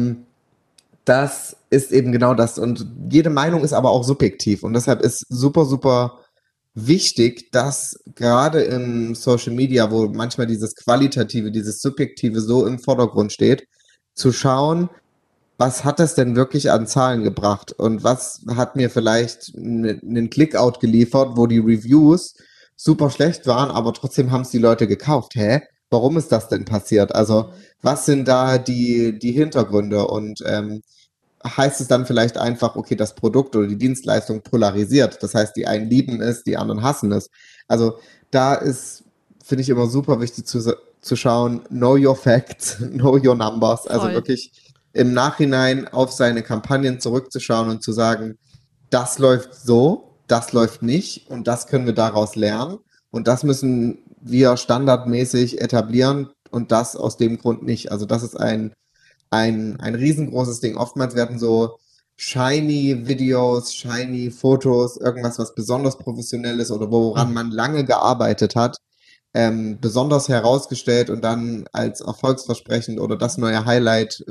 das ist eben genau das. Und jede Meinung ist aber auch subjektiv. Und deshalb ist super, super wichtig, dass gerade im Social Media, wo manchmal dieses Qualitative, dieses Subjektive so im Vordergrund steht, zu schauen, was hat das denn wirklich an Zahlen gebracht? Und was hat mir vielleicht einen Clickout geliefert, wo die Reviews super schlecht waren, aber trotzdem haben es die Leute gekauft. Hä? Warum ist das denn passiert? Also, was sind da die Hintergründe? Und heißt es dann vielleicht einfach, okay, das Produkt oder die Dienstleistung polarisiert. Das heißt, die einen lieben es, die anderen hassen es. Also, da ist, finde ich, immer super wichtig zu schauen, know your facts, know your numbers. Also wirklich im Nachhinein auf seine Kampagnen zurückzuschauen und zu sagen, das läuft so, das läuft nicht und das können wir daraus lernen und das müssen wir standardmäßig etablieren und das aus dem Grund nicht. Also das ist ein riesengroßes Ding. Oftmals werden so shiny Videos, shiny Fotos, irgendwas, was besonders professionell ist oder woran man lange gearbeitet hat, besonders herausgestellt und dann als erfolgsversprechend oder das neue Highlight,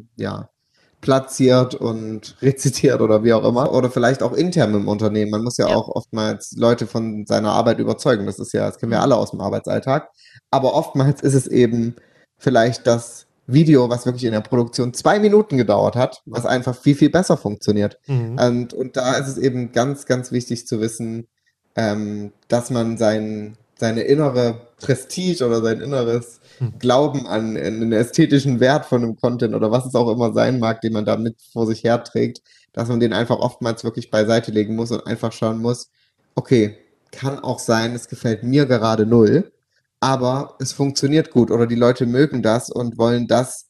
platziert und rezitiert oder wie auch immer. Oder vielleicht auch intern im Unternehmen. Man muss ja auch oftmals Leute von seiner Arbeit überzeugen. Das kennen wir alle aus dem Arbeitsalltag. Aber oftmals ist es eben vielleicht das Video, was wirklich in der Produktion 2 Minuten gedauert hat, was einfach viel, viel besser funktioniert. Und da ist es eben ganz, ganz wichtig zu wissen, dass man seine innere Prestige oder sein inneres Glauben an einen ästhetischen Wert von einem Content oder was es auch immer sein mag, den man da mit vor sich herträgt, dass man den einfach oftmals wirklich beiseite legen muss und einfach schauen muss, okay, kann auch sein, es gefällt mir gerade null, aber es funktioniert gut oder die Leute mögen das und wollen das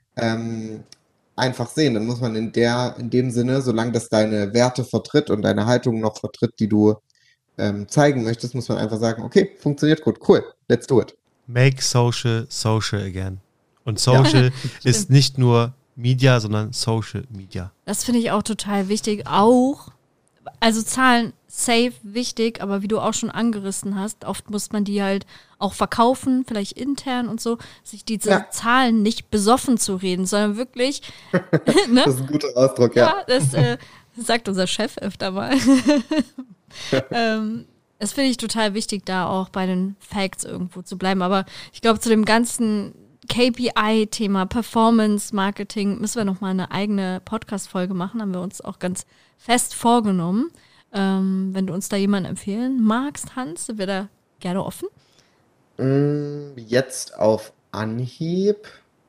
einfach sehen. Dann muss man in dem Sinne, solange das deine Werte vertritt und deine Haltung noch vertritt, die du zeigen möchtest, muss man einfach sagen, okay, funktioniert gut, cool, let's do it. Make social again. Und Social ist nicht nur Media, sondern Social Media. Das finde ich auch total wichtig. Auch, also Zahlen safe wichtig, aber wie du auch schon angerissen hast, oft muss man die halt auch verkaufen, vielleicht intern und so, sich diese Zahlen nicht besoffen zu reden, sondern wirklich. Ne? Das ist ein guter Ausdruck, ja. Das sagt unser Chef öfter mal. Das finde ich total wichtig, da auch bei den Facts irgendwo zu bleiben. Aber ich glaube, zu dem ganzen KPI-Thema, Performance-Marketing, müssen wir nochmal eine eigene Podcast-Folge machen. Haben wir uns auch ganz fest vorgenommen. Wenn du uns da jemanden empfehlen magst, Hans, sind wir da gerne offen. Jetzt auf Anhieb.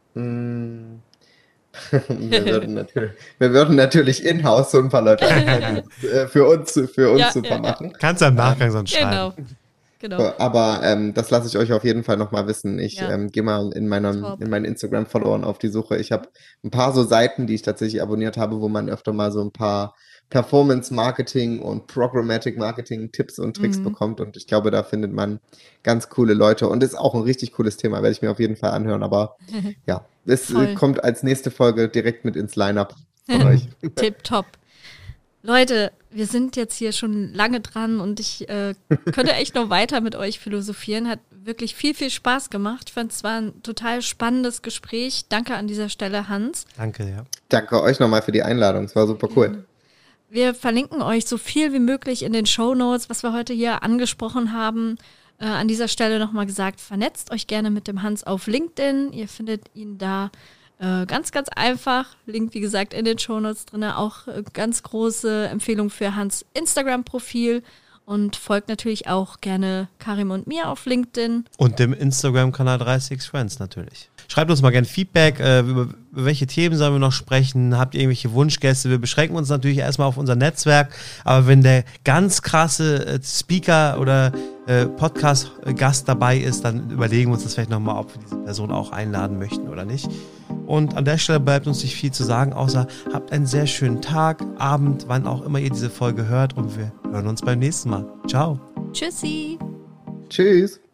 Wir würden natürlich in-house so ein paar Leute für uns super machen. Kannst du im Nachgang sonst schreiben. Genau. Aber das lasse ich euch auf jeden Fall nochmal wissen. Ich gehe mal in meinen Instagram-Followern auf die Suche. Ich habe ein paar so Seiten, die ich tatsächlich abonniert habe, wo man öfter mal so ein paar Performance-Marketing und Programmatic-Marketing-Tipps und Tricks bekommt. Und ich glaube, da findet man ganz coole Leute. Und ist auch ein richtig cooles Thema, werde ich mir auf jeden Fall anhören. Aber ja, es kommt als nächste Folge direkt mit ins Line-Up von euch. Tipptopp. Leute, wir sind jetzt hier schon lange dran und ich könnte echt noch weiter mit euch philosophieren. Hat wirklich viel, viel Spaß gemacht. Ich fand es war ein total spannendes Gespräch. Danke an dieser Stelle, Hans. Danke, ja. Danke euch nochmal für die Einladung. Es war super cool. Wir verlinken euch so viel wie möglich in den Shownotes, was wir heute hier angesprochen haben. An dieser Stelle nochmal gesagt, vernetzt euch gerne mit dem Hans auf LinkedIn. Ihr findet ihn da ganz, ganz einfach. Link, wie gesagt, in den Shownotes drin. Auch ganz große Empfehlung für Hans Instagram-Profil. Und folgt natürlich auch gerne Karim und mir auf LinkedIn. Und dem Instagram-Kanal 30xFriends natürlich. Schreibt uns mal gerne Feedback, über welche Themen sollen wir noch sprechen, habt ihr irgendwelche Wunschgäste? Wir beschränken uns natürlich erstmal auf unser Netzwerk, aber wenn der ganz krasse Speaker oder Podcast-Gast dabei ist, dann überlegen wir uns das vielleicht nochmal, ob wir diese Person auch einladen möchten oder nicht. Und an der Stelle bleibt uns nicht viel zu sagen, außer habt einen sehr schönen Tag, Abend, wann auch immer ihr diese Folge hört und wir hören uns beim nächsten Mal. Ciao. Tschüssi. Tschüss.